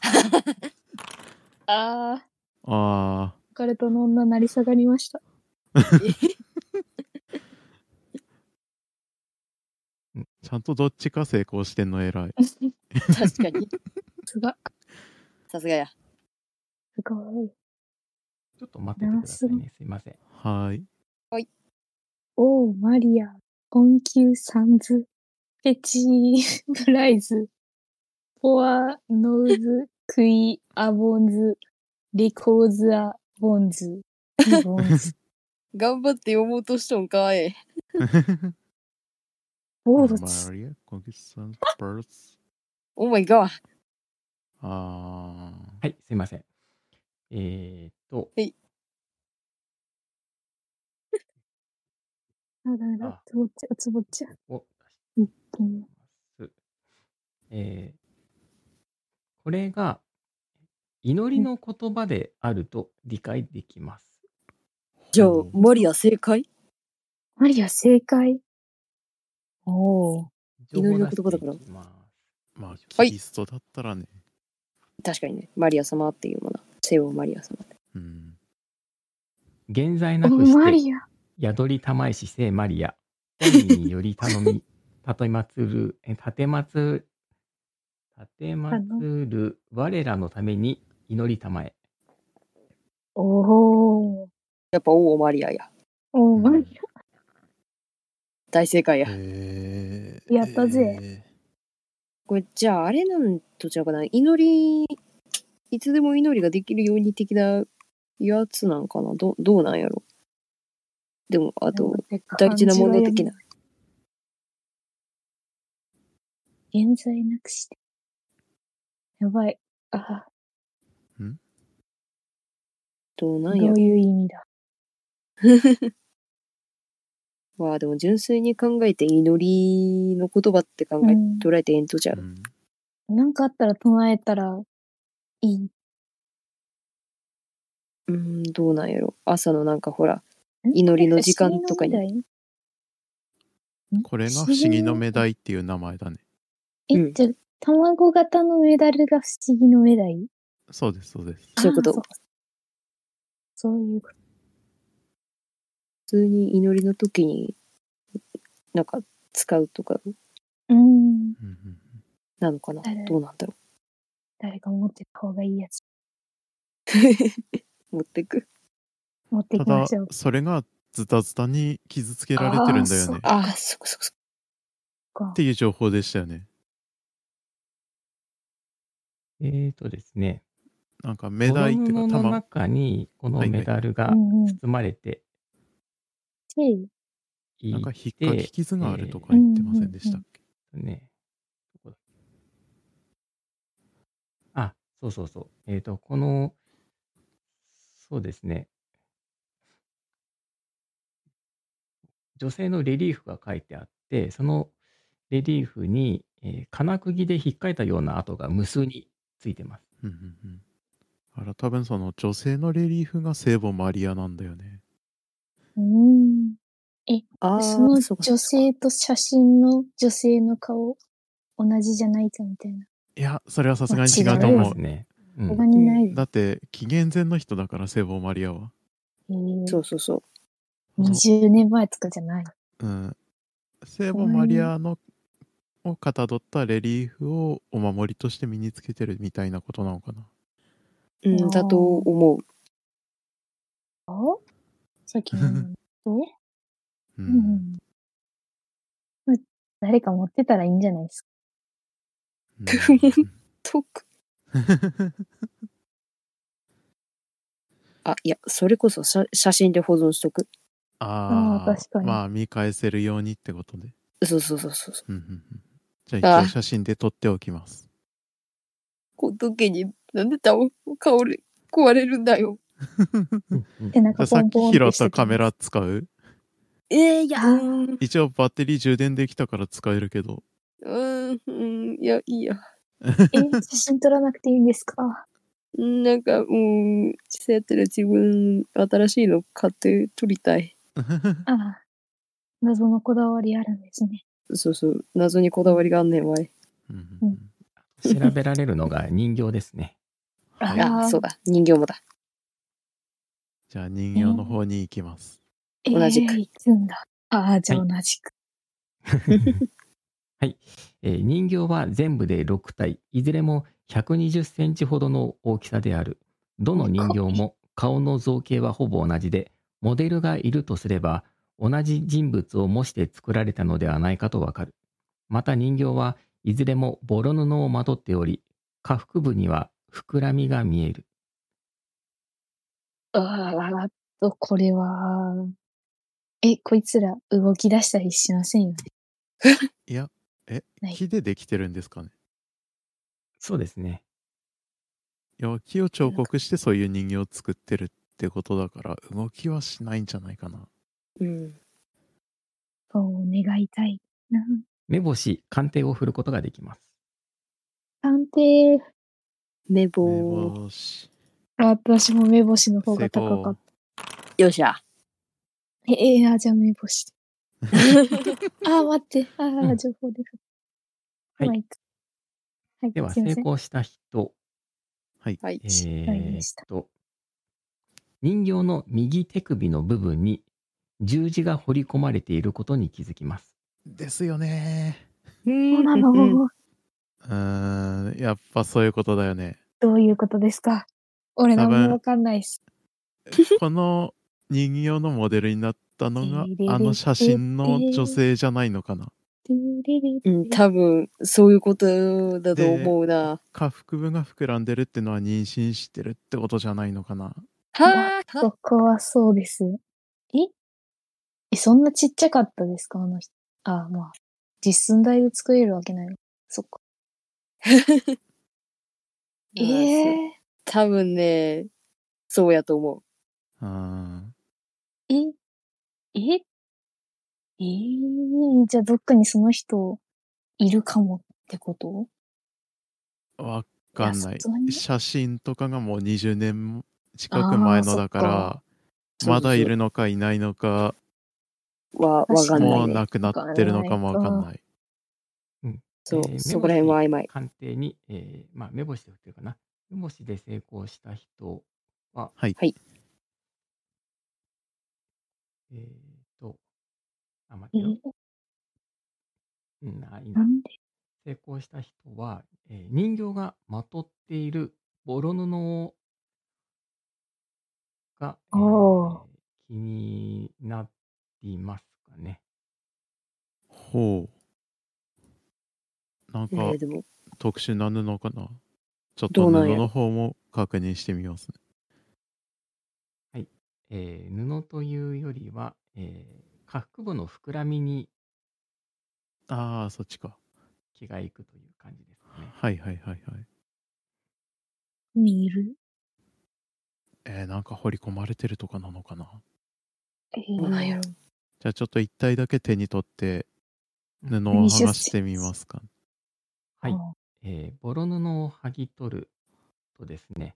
あー、 あオカルトの女なり下がりました。 ー。ちゃんとどっちか成功してんの偉い。 確かに。 すが、 さすがや。 すごい。 ちょっと待っててくださいね。すいません。 はーい。 おー、マリア、困窮サンズ、ペチー、ブライズ、ポア、ノーズ、クイ、アボンズ、レコーズア、ボンズ、リボンズ、 頑張って読もうとしとんかい。 ボードツ、 マリア、コンキスタンパーツ。 オーマイガー。 あはい、すいません。えーっと、 あ、ダメだあ、 つぼっちゃう、つぼっちゃう。 を一気に。 出します。えーこれが祈りの言葉であると理解できます。 ー。 じゃあほ、うマリア正解？ マリア正解。おー。 情報を出していきます。 まあ、 はいキリストだったらね。 確かにね。マリア様っていうもの。聖母マリア様。 うん。 現在おなくしてマリア。 宿りたまいし聖マリア本人により頼みたとえまつるえたてまつたてまつる我らのために祈りたまえ。 おー。 やっぱオーマリアや。 おー、マリ大正解や。 えやったぜえこれじゃああれなんとちゃうかな。祈り、いつでも祈りができるように的なやつなんかな。どどうなんやろ。でもあア。 と大大事なもの的な。。 現在なくして。やばい。あ、 どうなんやろどう。いう意味だ。 まあでも純粋に考えて祈りの言葉って考え、 うん捉えてえんとちゃう。 うん。 なんかあったら唱えたらいい。 うーん、どうなんやろ。朝のなんかほら、 ん祈りの時間とかに不思議のメダルんこれが不思議のメダイっていう名前だね。 え、 うんじゃあ、卵型のメダルが不思議のメダイそうです、そうです。 そういうことあーそうかそういうこと。 普通に祈りの時になんか使うとかうーん。 うんうんなのかな。 誰どうなんだろ誰か持ってた方がいいやつ。 う。持ってく。 持ってただきましょう。、 それがズタズタに傷つけられてるんだよね。 あああ、そこそこそこ。 かっていう情報でしたよね。 えーとですね、 なんかメダイっていうか、 泥布の玉、 中にこのはいはいメダルがうんうん。 包まれてで、 いなんか引て、 っかき傷があるとか言ってませんでしたっけ？ えーね、どこだあ、そうそうそう。えっ、と、この、そうですね、女性のレリーフが書いてあって、そのレリーフに、えー金釘で引っかいたような跡が無数についてます。 うんうんうん。あら、多分その女性のレリーフが聖母マリアなんだよね。 うーん。 ああ、 そのそうか女性と写真の女性の顔、同じじゃないかみたいな。 いや、それはさすがに違まあうと思う違います。ね。う他ん。 にない。 だって、紀元前の人だから、聖母マリアは。 えーそうそうそう。 にじゅうねんまえとかじゃない。 うん。聖母マリアのをかたどったレリーフをお守りとして身につけてるみたいなことなのかな。 うん、だと思う。 あさっきのとう。 うんん。まあ誰か持ってたらいいんじゃないですか。 うんとく。あ、いや、それこそ写写真で保存しとく。 ああ、 あー確かにまあ見返せるようにってことで。 そうそうそうそう。 うんうんうんじゃああ一応写真で撮っておきます。 この時になんで倒倒れ、壊れるんだよ。 うんで、なんかじゃあさっきポンポンっ拾ってしてたカメラ使う？ えー、いや、 あうーん、 一応バッテリー充電できたから使えるけど。 うーん、うん、いや、いいや。 え、写真撮らなくていいんですか？ うんなんか、うん、そうやったら自分、新しいの買って撮りたい。 ああ、謎のこだわりあるんですね。 そうそう、謎にこだわりがあんねんわい。 うんうんうん調べられるのが人形ですね。 はいあーあ、そうだ、人形もだ。 じゃあ人形の方に行きます。 同じくえー、行くんだ。ああ、じゃあ同じく。 はい。 えー人形は全部でろくたい、いずれもひゃくにじゅっセンチほどの大きさである。どの人形も顔の造形はほぼ同じで、モデルがいるとすれば、同じ人物を模して作られたのではないかとわかる。また人形はいずれもボロ布をまとっており、下腹部には膨らみが見える。 あーっと、これは、え、こいつら動き出したりしませんよね。 いや、え、 ない木でできてるんですかね。 そうですね。 いや、木を彫刻してそういう人形を作ってるってことだから、動きはしないんじゃないかな。 うん。 そう願いたいな。 目星、鑑定を振ることができます。 探偵、 目目棒。 星。 あ私も目星の方成が高かっ功。 た。 よっしゃ。 ええー、あ、じゃあ目星。あ、待って。あうんー、情報で。 はいまあいいかはい、 では、成すいません。 功した人、 はい。 はい。 えはいでーっした。 と、人形の右手首の部分に十字が彫り込まれていることに気づきます。 ですよねそうなうんの。 ー。うーん、やっぱそういうことだよね。 どういうことですか？俺多分何もわかんないっす。 この人形のモデルになったのがテレレあの写真の女性じゃないのかな。 テレレうん、多分、そういうことだとで、 思うな。 下腹部が膨らんでるってのは妊娠してるってことじゃないのかな。 はあ、 そこはそうです。ええ、そんなちっちゃかったですかあの人。あ、まあ。実寸大で作れるわけないの。そっか。えそうえ多分ね、そうやと思あえ、え、えー、じゃあどっかにその人いるかもってことーわかんないやさすがに写真とかがもうにじゅうねん近く前のだかあーらそうそうまだいるのかいないのかう。わ、わ確かにもうかんないね。 なくなってるのかもわかんない。 うんそう、 えーそこら辺は曖昧。 鑑定に、えーまあ、目星で振ってるかな。目星で成功した人は、 はい。 はい。 えーっと、あ、待えってよ。 ー、 うん、あ、いいな。 なんで成功した人は、えー人形がまとっているボロ布が、えああ、 ー気になっていますかね。 ほう。なんかえー、でも、 特殊な布かな。ちょっと布どうなんやろ。 の方も確認してみますね。 はい。えー布というよりは、えー下腹部の膨らみにああ、そっちか。 気がいくという感じですかね。 はいはいはいはい。 見るえー、なんか彫り込まれてるとかなのかな。 えどうなんやろ。 じゃあちょっと一体だけ手に取って布うんを剥がしてみますか。 はい。 あえーボロ布を剥ぎ取るとですね、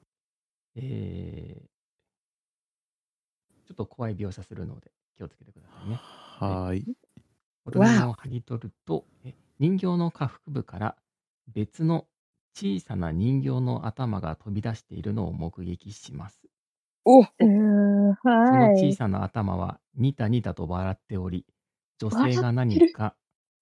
えーちょっと怖い描写するので気をつけてくださいね。 はーい。 ボロ布を剥ぎ取ると、え人形の下腹部から別の小さな人形の頭が飛び出しているのを目撃します。 おうーん、 そのはい。 小さな頭はニタニタと笑っており、女笑ってる性が何か、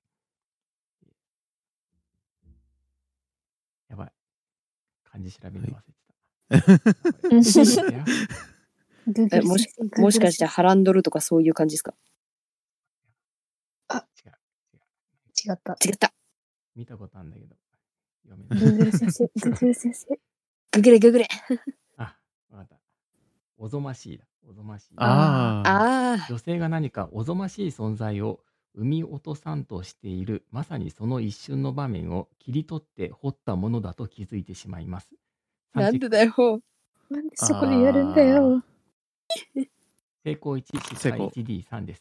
やばい、漢字調べるの忘れてた。 うんちょっと待ってやグーグえ、もしル先生、、 もしかして Google 先ハランドルとかそういう感じですか？ 違う、違う。 生違った。 違った。 見たことあるんだけど、読めない。 Google 先生、Google 先生。 ググれググれ。 あ、わかった。おぞましいだ。おぞましい。 ああ。 ああ。 女性が何かおぞましい存在を生み落とさんとしている、まさにその一瞬の場面を切り取って彫ったものだと気づいてしまいます。 なんでだよ。 なんでそこでやるんだよ。 成功いち、失敗 いちディースリー です。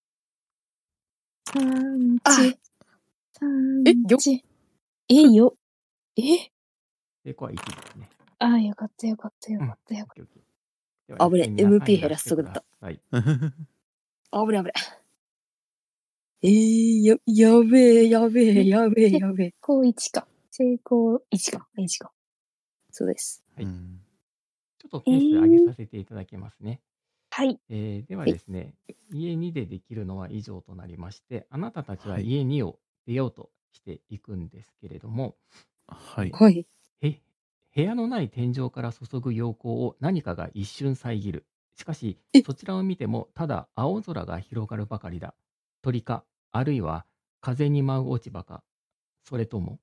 三あ一、三えよ一。え、よ。え成功はいちですね。 ああ、よかったよかったよかったよかっオッケーオッケー。では危ね一斉に皆さんエムピー 減らす出してください。 あぶねあぶね。えー、や、やべえ、やべえ、やべえ、やべえ。 た。こういちか。成功いちか。いちか。 そうです。 はいうんちょっとペース上げさせていただきますね。 はい。 えーでははいですね、家にでできるのは以上となりまして、あなたたちははい家にを出ようとしていくんですけれども、 はい。 はい。 へ部屋のない天井から注ぐ陽光を何かが一瞬遮る。しかし、 えそちらを見てもただ青空が広がるばかりだ。鳥か、あるいは風に舞う落ち葉か、それとも、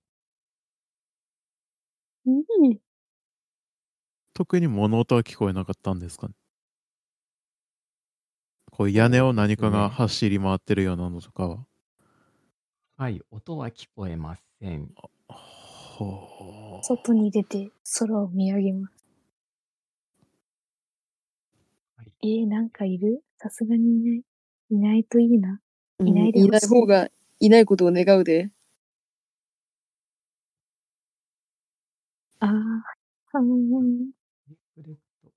うん。 特に物音は聞こえなかったんですかね。こう屋根を何かが走り回ってるようなのとかは。 はい、音は聞こえません。 ほう。 外に出て空を見上げます。 はいえー、なんかいる？さすがにいない。いないといいな。いないでいないほしい。 方がいないことを願うで。 あー、うん。 リフレクト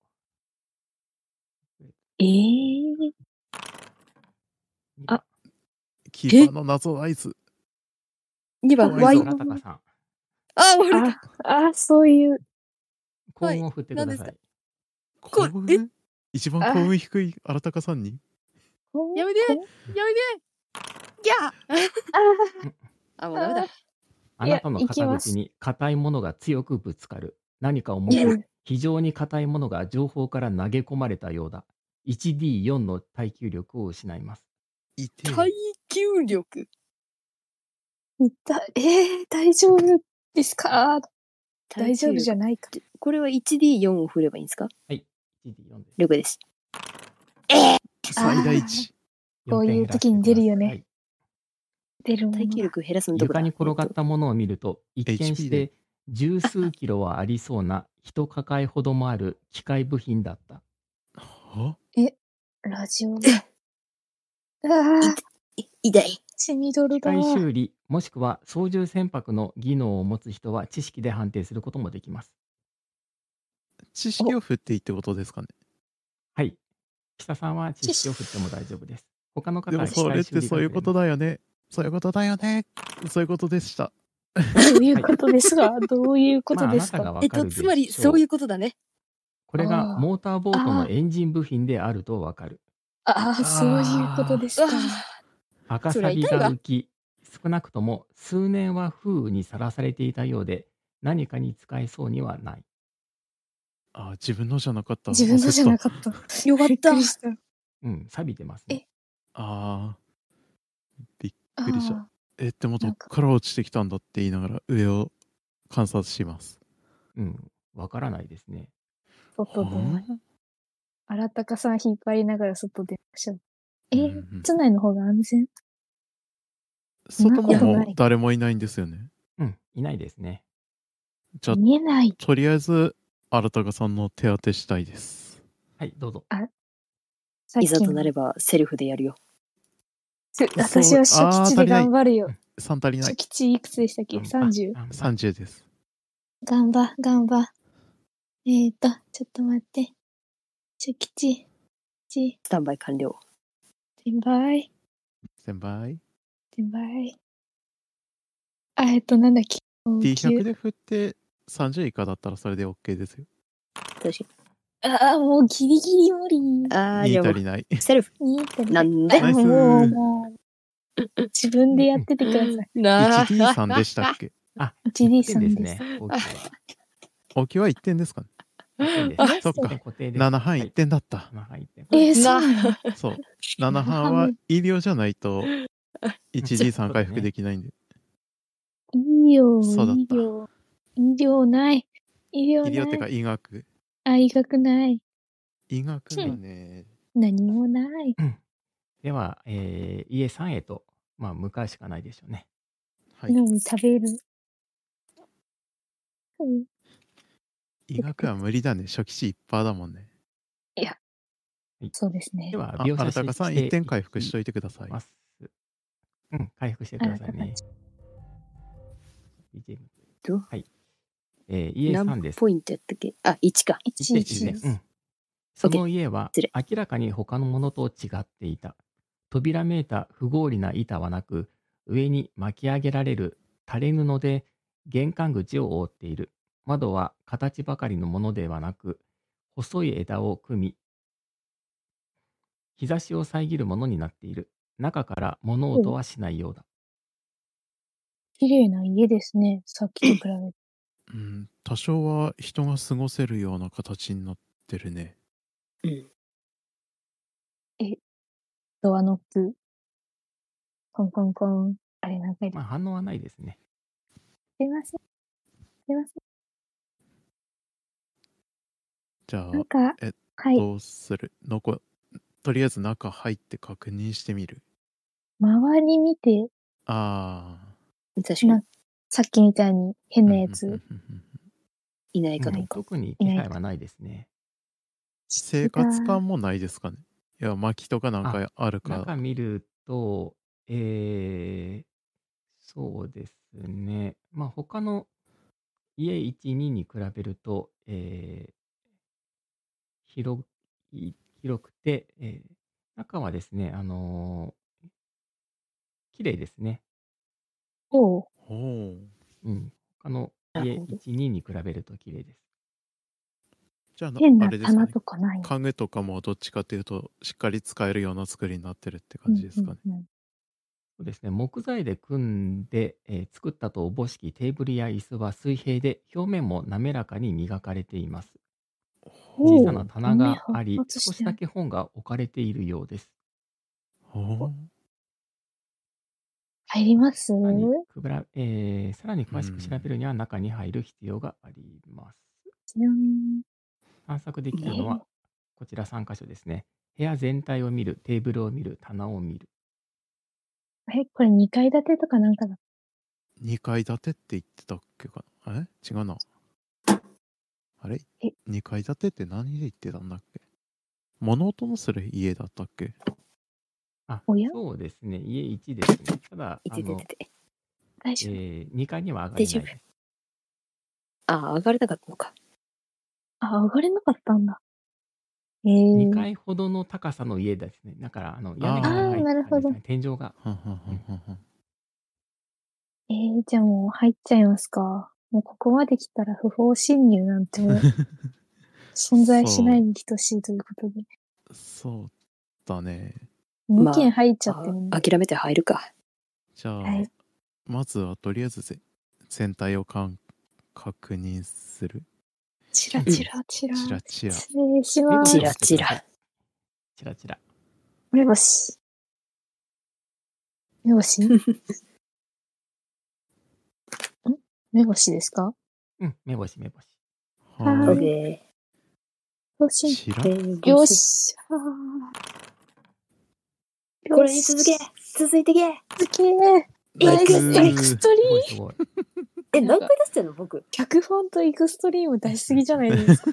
えー、あキーパーの謎合図。 にばん、 怖い Y ぞ。 荒高さん、 あ、終わるか。 あ、あ、そういう。 幸運を振ってください。 こ幸え運一番幸運低い荒高さんにやめてこやめてギャーああ、もうダメだ。 あなたのいや行きます肩口に硬いものが強くぶつかる。何か重いやく、非常に硬いものが上方から投げ込まれたようだ。いちディーよん の耐久力を失います。 いて耐久力。 いったえー、大丈夫ですか？大丈夫じゃん。 ないか。 これは いちディーよん を振ればいいんですか？ はい、いちディーよん です。 了解です。 最大値。 こういう時に出るよねよんてん減らして出るもの耐久だ。 力減らすください。 のどこだ床に転がっえっとたものを見ると、一見エイチピー でして十数キロはありそうな一抱えほどもある機械部品だった。 はラジオが。ああ、 い痛い。 血みどろ機だ。 械修理、もしくは操縦船舶の技能を持つ人は知識で判定することもできます。 知識を振っていいってことですかね。 はい。北さんは知識を振っても大丈夫です。他の方はでもそれってそういうことだ。 だよね。そういうことだよね。そういうことでした。 どういうことですか？どういうことまあ、あですか？ なたがわえっと、 かるでしょう。 つまりそういうことだね。 これがあーモーターボートあーのエンジン部品であるとわかる。 ああ、そういうことですうわか。 赤サビそりゃ痛いわが浮き、少なくとも数年は風雨にさらされていたようで、何かに使えそうにはない。 あ、自分のじゃなかった。 自分のじゃなかっかった。 よかっびったくりした。 うん、錆びてますね。 た。あーびっくりした。 あえ、でもどっなんかから落ちてきたんだって言いながら上を観察します。 うん、わからないですね。 あ、外で。 ん荒高さん引っ張りながら外出ましょう。えうんうん室内の方が安全？ 外もそんなことないもう誰もいないんですよね。 うん、いないですね。 じゃあ、 見えない。 とりあえず、新高さんの手当てしたいです。 はい、どうぞ。 いざさっきのとなればセルフでやるよ。 す私は初吉で頑張るよ。 さん足りない初。吉いくつでしたっけ？ あさんじゅう。 あさんじゅうです。 頑張、頑張。えーと、ちょっと待って。初吉、ち、 スタンバイ完了。 転売、 先輩。 転売。あ、えっと、なんだっけ。 ティーひゃく で振ってさんじゅう以下だったらそれで OK ですよ。 確かああ、もうギリギリ無理。 に。あー、じゃにあもう足りない。 セルフ。 にってなんであもう、もう、自分でやっててください。 ないちディーさん でしたっけ？ あ、 いちディー点さんですです。 ね。大きいは。 大きいはいってんですかね。 いってんです。 あそっか固定です。 なな半いってんだった。 はい、なな半いってん。 えー、そうなの？ そう。なな半は医療じゃないと いちディーさん 回復できないんで。 医療、 そうだった医療、医療ない。医療ない。 医療ってか医学。 あ、医学ない。 医学がね、 何もない。 では、えー、家さんへと、まあ、向かうしかないでしょうね。 はい。 何食べる？うん、 医学は無理だね。初期値いちパーセントだもんね。 そうですねで。は、 あ、 描写新高さんしていってん回復しといてください。 ます。うん、回復してくださいね。ビージーエムどはい。えー、家さん何です。 ポイントやったっけ？あ、いちか。 いちいいちです。 ちうん。その家は失礼明らかに他のものと違っていた。扉めいた不合理な板はなく、上に巻き上げられる垂れ布で玄関口を覆っている。窓は形ばかりのものではなく、細い枝を組み、日差しを遮るものになっている。中から物音はしないようだ。 綺麗な家ですね。さっきと比べて。 うん、多少は人が過ごせるような形になってるね。 うん。 え、ドアノック。コンコンコン。あれ、なんかいる。 まあ反応はないですね。 すいません。すいません。 じゃあ、 なんか、 えっはい。 どうするのこ、とりあえず中入って確認してみる。 周り見て、 あ確かにな、さっきみたいに変ー。 なやつうんうんうんうんうんいないうん、 かどうか。 特に気配はないですね。 生活感もないですかね。いや、薪とかなんあ、 かあるか。 中見ると、えー、そうですね。まあ他の家いち、にに比べると、えー広い、広くて、えー中はですね、あのー綺麗ですね。 おう。 おお。 うん。他の家なるほど。 いち、にに比べると綺麗です。 じゃあな、 変なあれですかね。 棚とかない。 家具とかもどっちかというと、しっかり使えるような作りになってるってうん感じですかね。 うんうん。 そうですね。木材で組んで、えー作ったとおぼしきテーブルや椅子は水平で、表面も滑らかに磨かれています。小さなおう。 棚があ発り、 達してる。 少しだけ本が置かれているようです。 おお。 入りますさらにくぶら、えーさらに詳しく調べうんるには中に入る必要があります。 ちなみに。 探索できえるのはー、 こちらさん箇所ですね。部屋全体を見る、テーブルを見る、棚を見る。 え、これにかい建てとかなんかだ。 にかい建てって言ってたっけかな。え違うな。あれえにかい建てって何で言ってたんだっけ。物音のする家だったっけ。 あ、 おやそうですね。家いちですね。ただ、 いあの、 てててて。 え大丈夫。 ー、にかいには上が大丈夫れないです。 ああ、上がれなかったのか。 あ、上がれなかったんだ。えにー。 かいほどの高さの家ですね。だから、あの屋根あが高いあー、なるほど。 感じですかね。天井が。 はんはんはんはんはん。 えー、じゃあもう入っちゃいますか。もうここまで来たら不法侵入なんてもう存在しないに等しいということで。 そうだね。 にまあけん入っちゃってるんで。 あ諦めて入るか。 じゃあ、 はい。 まずはとりあえずぜ全体をかん確認する。 チラチラチラ。 チラチラ。 失礼し目ます。 星を押してください。チラチラ。 目星。目星ん目星ですか？ うん、目星、目星。 ははーい。 オッケよし。 チラ。 ー。 よし。あーこれに続け続いてけすげえ。 ナイスエクストリーム。 すごいすごい。 え、 なんか何回出してんの僕。 脚本とエクストリーム出しすぎじゃないですか。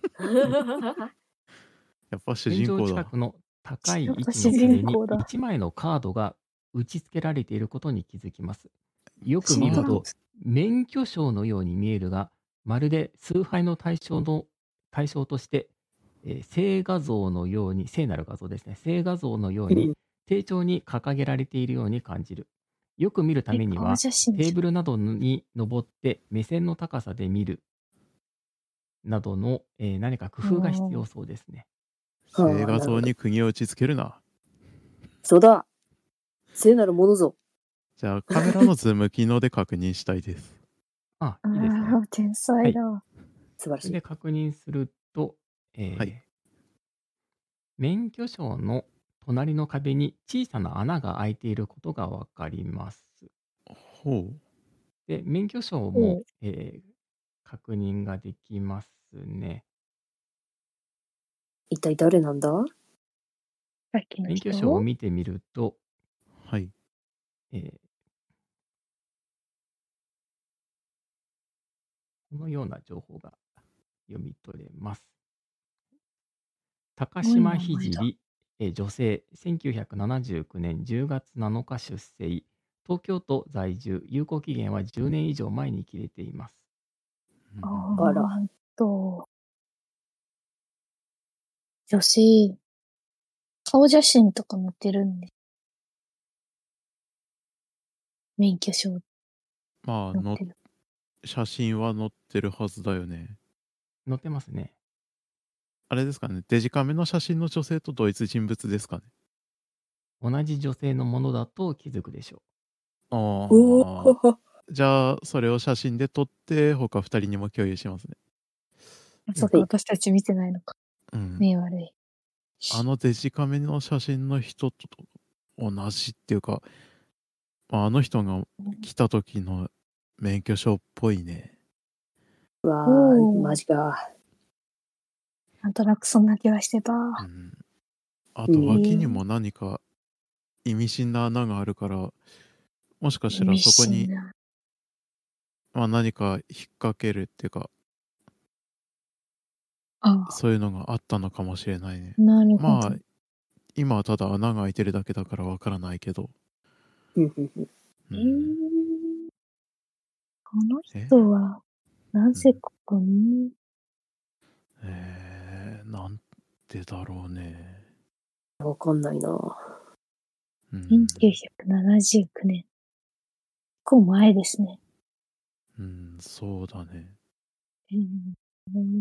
やっぱ主天井人公だ。 近くの高い位置のやっぱ主壁に人公だいちまいのカードが打ち付けられていることに気づきます。よくそう見るとまあ、 免許証のように見えるが、まるで崇拝の対象の対象として、えー聖画像のように、聖なる画像ですね、聖画像のように丁重に掲げられているように感じる。よく見るために顔は、 写真じゃん。 テーブルなどに登って目線の高さで見るなどの、えー何か工夫が必要そうですね。 聖画像に釘を打ち付けるな。 そうだ。聖なるものぞ。 じゃあカメラのズーム機能で確認したいです。 あ、 あいいですね。 あ、天才だ。 素晴らしい。 それで確認すると、えーはい免許証の隣の壁に小さな穴が開いていることがわかります。 ほう。 で、免許証おもう、 えー確認ができますね。 一体誰なんだ？ さっきの免人許証を見てみると、 はい。 えーこのような情報が読み取れます。高島すごい名前だ聖、えー女性、せんきゅうひゃくななじゅうきゅうねんじゅうがつなのか出生、東京都在住、有効期限はじゅうねん以上前に切れています。 ああらーっと、女性、顔写真とか載ってるんで。免許証まあの載ってる。 写真は載ってるはずだよね。 載ってますね。 あれですかね。デジカメの写真の女性と同一人物ですかね。 同じ女性のものだと気づくでしょあおあ。 お。 じゃあそれを写真で撮って他ふたりにも共有しますね。 そっか、私たち見てないのか。 うん。 目悪い。 あのデジカメの写真の人と同じっていうか、まああの人が来た時の免許証っぽいね。 うわおーー、マジか。 なんとなくそんな気がしてた。 うん。あと脇にも何か意味深な穴があるから、もしかしたらそこに、まあ、何か引っ掛けるっていうか、 ああ、 そういうのがあったのかもしれないね。 なるほど。 まあ今はただ穴が開いてるだけだからわからないけど。 うんうんうんえーうん、 この人は、なぜここに、 えー、なんでだろうね。 わかんないな。 うんせんきゅうひゃくななじゅうきゅうねん。結構前ですね。 うん、そうだね。 うん。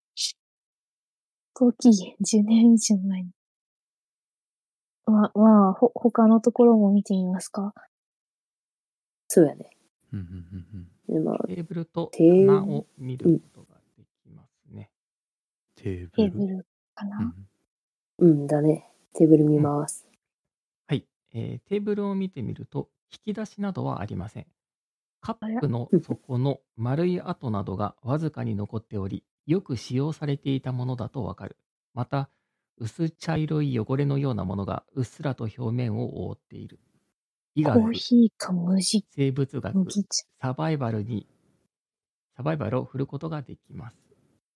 後期限じゅうねん以上前に。ま、まあ、ほ、他のところも見てみますか。 そうやね。 うんうんうんでまあ、 テーブルとテー棚を見ることができますね。 テーブル。 テーブルかな。 うんうんだね。テーブル見ます。 はい、えーテーブルを見てみると、引き出しなどはありません。カップの底の丸い跡などがわずかに残っており、よく使用されていたものだとわかる。また、薄茶色い汚れのようなものがうっすらと表面を覆っている。医コー学、 ヒーか麦、 生物学、 麦茶。 サバイバルに、サバイバルを振ることができます。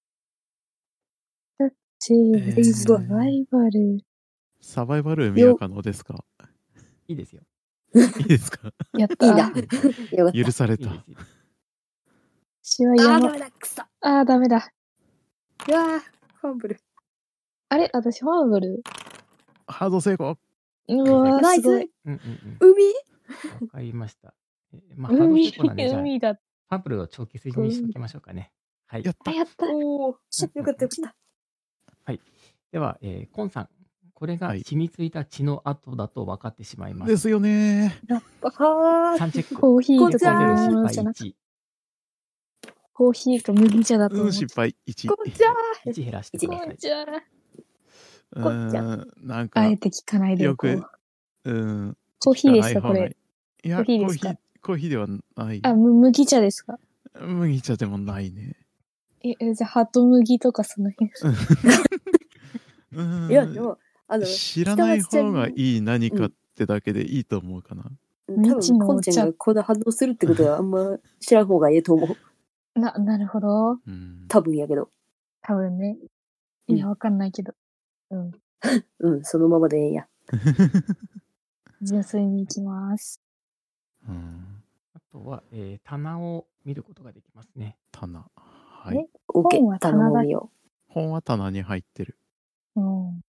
生物、 えーサバイバル。 サバイバル海は可能ですか？ いいですよ。 いいですか？ やった。 いいな。よかった。 許された。 いいですよ。 私はあー、ダ山メ、だ、くそ。 あー、ダメだ。 うわー、ファンブル。 あれ私ファーブル。 ハード成功。 うわー、 ナイス。 すごい。 うんうん海うん。わかりました。えーまあ、ハード海成功なんで、じゃあ、 海だ。 ファブルを長期筋にしときましょうかね。はいやっ。 あ、 た。 やった。 おー、よかったよかった。 はい。では、えー、コンさん、これがはい染みついた血の跡だと分かってしまいます。 ですよね。 はー。 さんチェック。 コーヒーとこんちゃんかのも失敗のじゃなくて、 いち。 コーヒーか麦茶だとうん、 思って。 失敗いち。 こんちゃいち減らしてください。 じゃあ、 うこんちゃーん、なんかあえて聞かないでおこう。 よく、うん、 コーヒーですか聞かない方がいこい。いや、 コーヒーですかコーヒー、コーヒーではない。 あ、む麦茶ですか麦茶でもないね。 え、えじゃあ、ハト麦とかその辺。 うーんいや、でも、あの、 知らない方がい。 いい何かってだけでいいと思うかな。 うん多分、 未知のお茶コンちゃんがこの反応するってことはあんま知らん方がいいと思う。 な、なるほど。 うん、 多分やけど。 多分ね。 うんいや、わかんないけど。うん。 うん、そのままでええんや。 純粋に行きます。 うん、 あとは、えー棚を見ることができますね。 棚。はい。 えオッケー、 本は棚だ頼みよ本は棚に入ってる。 うん。 う。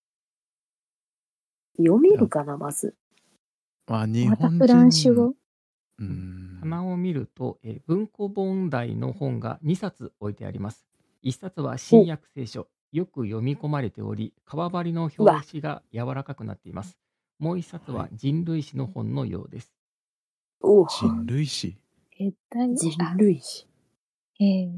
読めるかな、まず。 まあ、日また本フランス人。 語うん。 棚を見ると、えー文庫本題の本がにさつ置いてあります。いっさつは新約聖書。よく読み込まれており、革張りの表紙が柔らかくなっています。もういっさつは人類史の本のようです。 おお、 人類史。 え、大人あ類史。 えー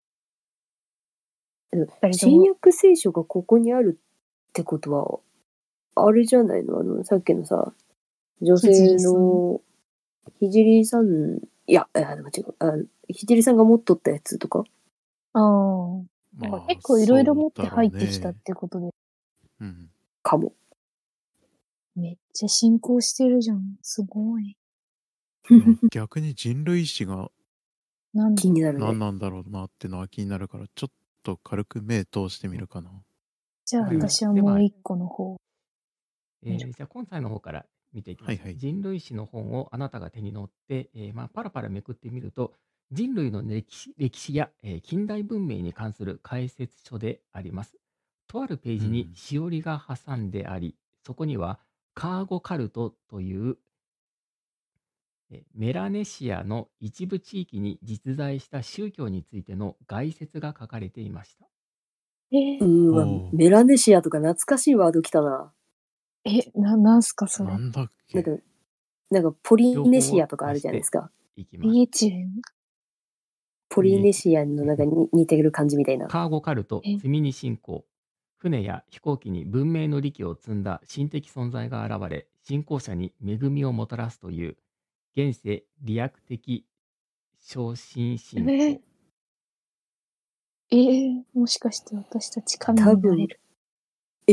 うん二人とも新約聖書がここにあるってことは、あれじゃないのあの、さっきのさ、女性の、ひじりさん、いや、あでも違う、あひじりさんが持っとったやつとか。 ああ。なんか結構いろいろ持って入ってきたってことで、 うん。 かも。 めっちゃ進行してるじゃん。すごい。 いや逆に人類史がなんで気になるね。 何なんだろうなってのは気になるから、ちょっと軽く目通してみるかな。 じゃあはい私はもう一個の方。 えーじゃあ、今回の方から見ていきます。 はいはい人類史の本をあなたが手に取って、えーまあ、パラパラめくってみると、人類の歴史歴史や、えー近代文明に関する解説書であります。とあるページにうんしおりが挟んであり、そこにはカーゴカルトという、えーメラネシアの一部地域に実在した宗教についての概説が書かれていました。 えー、 うーわお、うメラネシアとか懐かしいワード来たな。 え、な、なんすかそれな。んだっけなんか、なんかポリネシアとかあるじゃないですか。 いきます。 イエチュン。 ポリネシアンのなんかに似てる感じみたいな。 カーゴカルト、 え積み荷進行。船や飛行機に文明の利器を積んだ神的存在が現れ、信仰者に恵みをもたらすという、現世利益的昇進信え仰。 えー、もしかして私たち神多分になれる。 え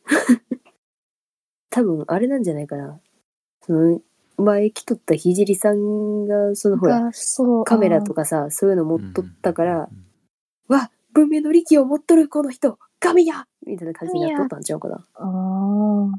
多分あれなんじゃないかな。その前来とったひじりさんがそのほらが、そう、 カメラとか。 かさそういうの持っとったから、 うんうんわ文明の利器を持っとるこの人神やみたいな感じになっとったんちゃうかな。 ああ。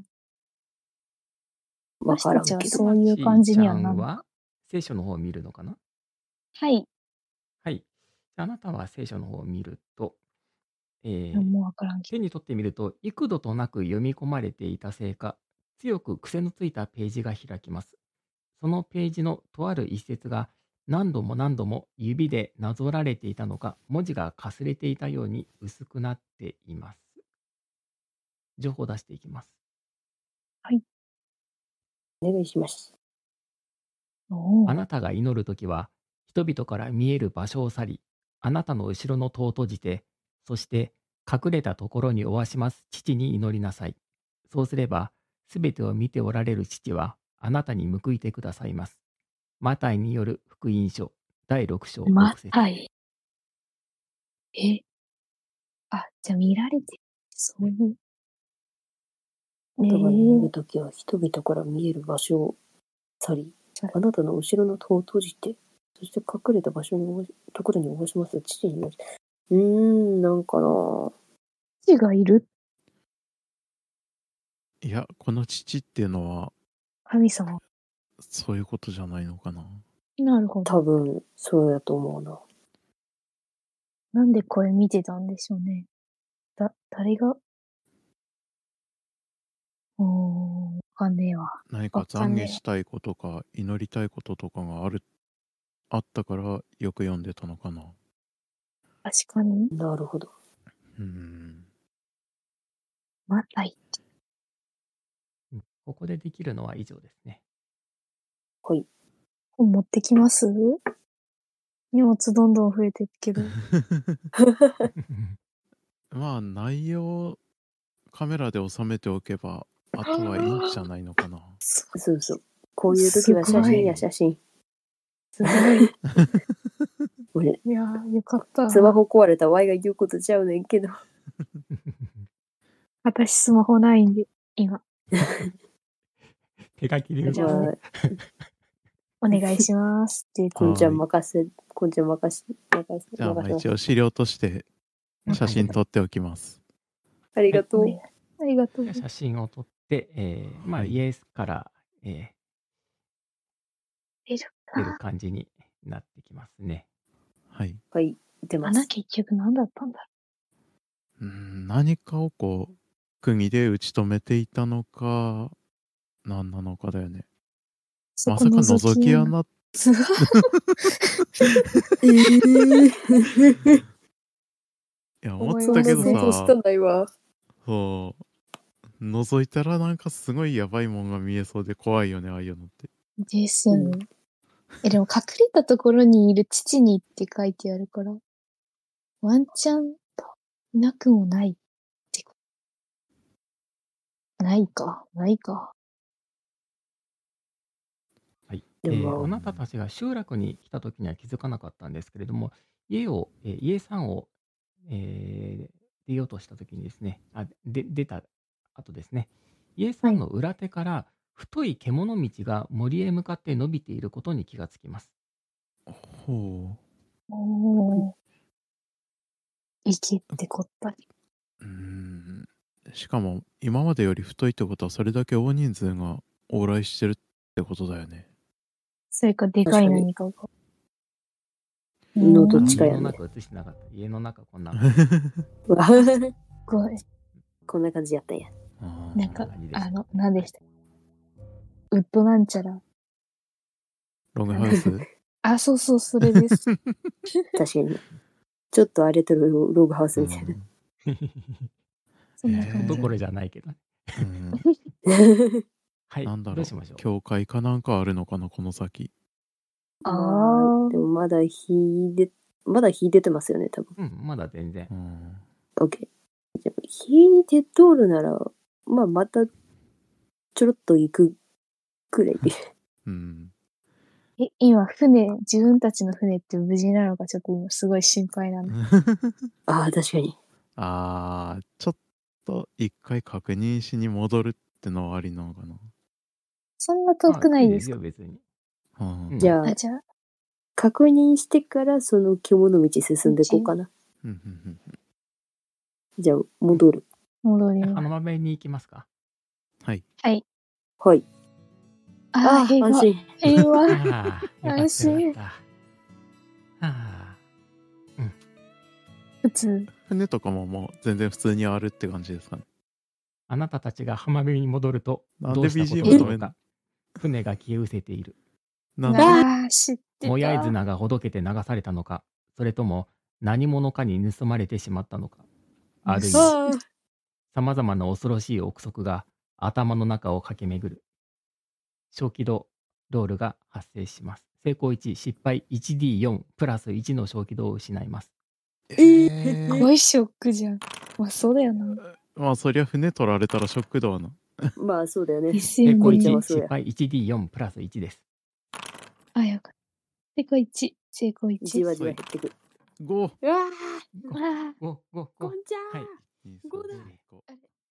わからんけど。 私たちはそういう感じにはなんのちゃんは聖書の方を見るのかな。 はい。 はい。あなたは聖書の方を見ると、えーもうわからんけ手に取ってみると、幾度となく読み込まれていたせいか、強く癖のついたページが開きます。そのページのとある一節が何度も何度も指でなぞられていたのか、文字がかすれていたように薄くなっています。情報を出していきます。 お願いします。 ど。おーあなたが祈るときは、人々から見える場所を去り、あなたの後ろの戸を閉じて、そして隠れたところにおわします父に祈りなさい。そうすれば、すべてを見ておられる父は、あなたに報いてくださいます。マタイによる福音書、だいろく章まろく節。 たい。えあ、じゃあ見られてる。そういう。ねだから見るえ。 ときは人々から見える場所を去り去りあなたの後ろの戸を閉じてそして隠れた場所におわところにおわします父に祈りうーんなんかな父がいるいや、この父っていうのは神様。 そういうことじゃないのかな。 なるほど。 多分そうやと思うな。 なんでこれ見てたんでしょうね。だ、誰がおー、わかんねえわ。 何かわかんねえ懺悔したいことか祈りたいこととかがあるあったからよく読んでたのかな。 確かに。 なるほど。 うーん。 またい。 うんここでできるのは以上ですね。 はい。 本持ってきます荷物どんどん増えてるけど。 まあ内容カメラで収めておけばあとはいいんじゃないのかな。 そうそう。こういう時は写真や写真。 すごい。 俺、 いやー、よかった。 スマホ壊れたワイが言うことちゃうねんけど。 私スマホないんで、今。 手書きでじゃあまあ、 お願いしますって言って。 こんちゃん任せ、こんちゃん任せ、任せ、 じゃあまあ任せます。 一応資料として写真撮っておきます。 ありがとう。 はいありがとう。 写真を撮って、えーまあ、 はいイエスから、え出るー出る感じになってきますね。 はい。 はい、出ま穴す。 結局何だったんだろうーん何かをこう釘で打ち止めていたのか何なのかだよね。 う。 まさか覗き穴っつわえー、 いや思い思ったけどますね想像したさ、 ないわ。 そう覗いたらなんかすごいやばいもんが見えそうで怖いよね、ああいうのって。 ですよね。え、でも隠れたところにいる父にって書いてあるから、ワンチャンなくもないってこないか、ないか。 はい。 でえーもあなたたちが集落に来た時には気づかなかったんですけれども、家を、えー家さんを、えー出ようとした時にですね、あで出た後ですね、家さんの裏手から太い獣道が森へ向かって伸びていることに気がつきます。 ほおー。池ってこったり。 う。うーん。しかも今までより太いってことはそれだけ大人数が往来してるってことだよね。 それかでかい何かが。 のどっうんちかやね家の中映してなかった。家の中こんな。 うわすごい。 こんな感じやったんや。 あーなんかこんな感じ、でしたあの、何でしたウッドなんちゃら。 ログハウスあ、そうそう、それです。 確かに。ちょっと荒れてるログハウスうみたいな。 んそんな感じ。 どころじゃないけどね。 うんはい。 なんだろうどうしましょう。 教会かなんかあるのかなこの先。 あまあ、でー。 もまだ火で、まだ火出てますよね、多分。 うん、まだ全然。 うん。 OK。じゃあ火で通るなら、まあまたちょろっと行くくらいで。 うん。 え、今、船、自分たちの船って無事なのかちょっと今すごい心配なんだ。 ああ、確かに。 あー、ちょっと一回確認しに戻るってのはありなのかな。 そんな遠くないですか？ あ、いいですよ、別に。 うんうんじゃああ、、じゃあ、 確認してからその獣道進んでいこうかな。 うんうんうんじゃあ、戻る。 戻ります。 花豆に行きますか。 はい。 はい。 はい。 あああ、平あ、 和。 安心。 平和。 ああ、よかった安よ心かった。あ普通。 船とかももう全然普通にあるって感じですかね。 あ、あなたたちが浜辺に戻ると、 なんでどうしたことビージーエムだろうか止めんの。 船が消え失せている。 なんで。 ああ、知ってもやいた。 綱がほどけて流されたのか、それとも何者かに盗まれてしまったのか、あるいはああ、 さまざまな恐ろしい憶測が頭の中を駆け巡る。小気道ロールが発生します。成功いち、失敗 いちディーよん プラスいちの小気道を失います。 えすごー、 いショックじゃん。まあ、そうだよな。 まあそりゃ船取られたらショックだわな。 まあそうだよね。 ですよ成功ね。 いち、 そうや失敗 いちディーよん プラスいちです。 あ、よかった。成功いち。成功いち。 じわじわ減ってく。 ご、 うわああ。 ご、ご、ご、 こんちゃんはい。 に、 ごださん、ご。 あれ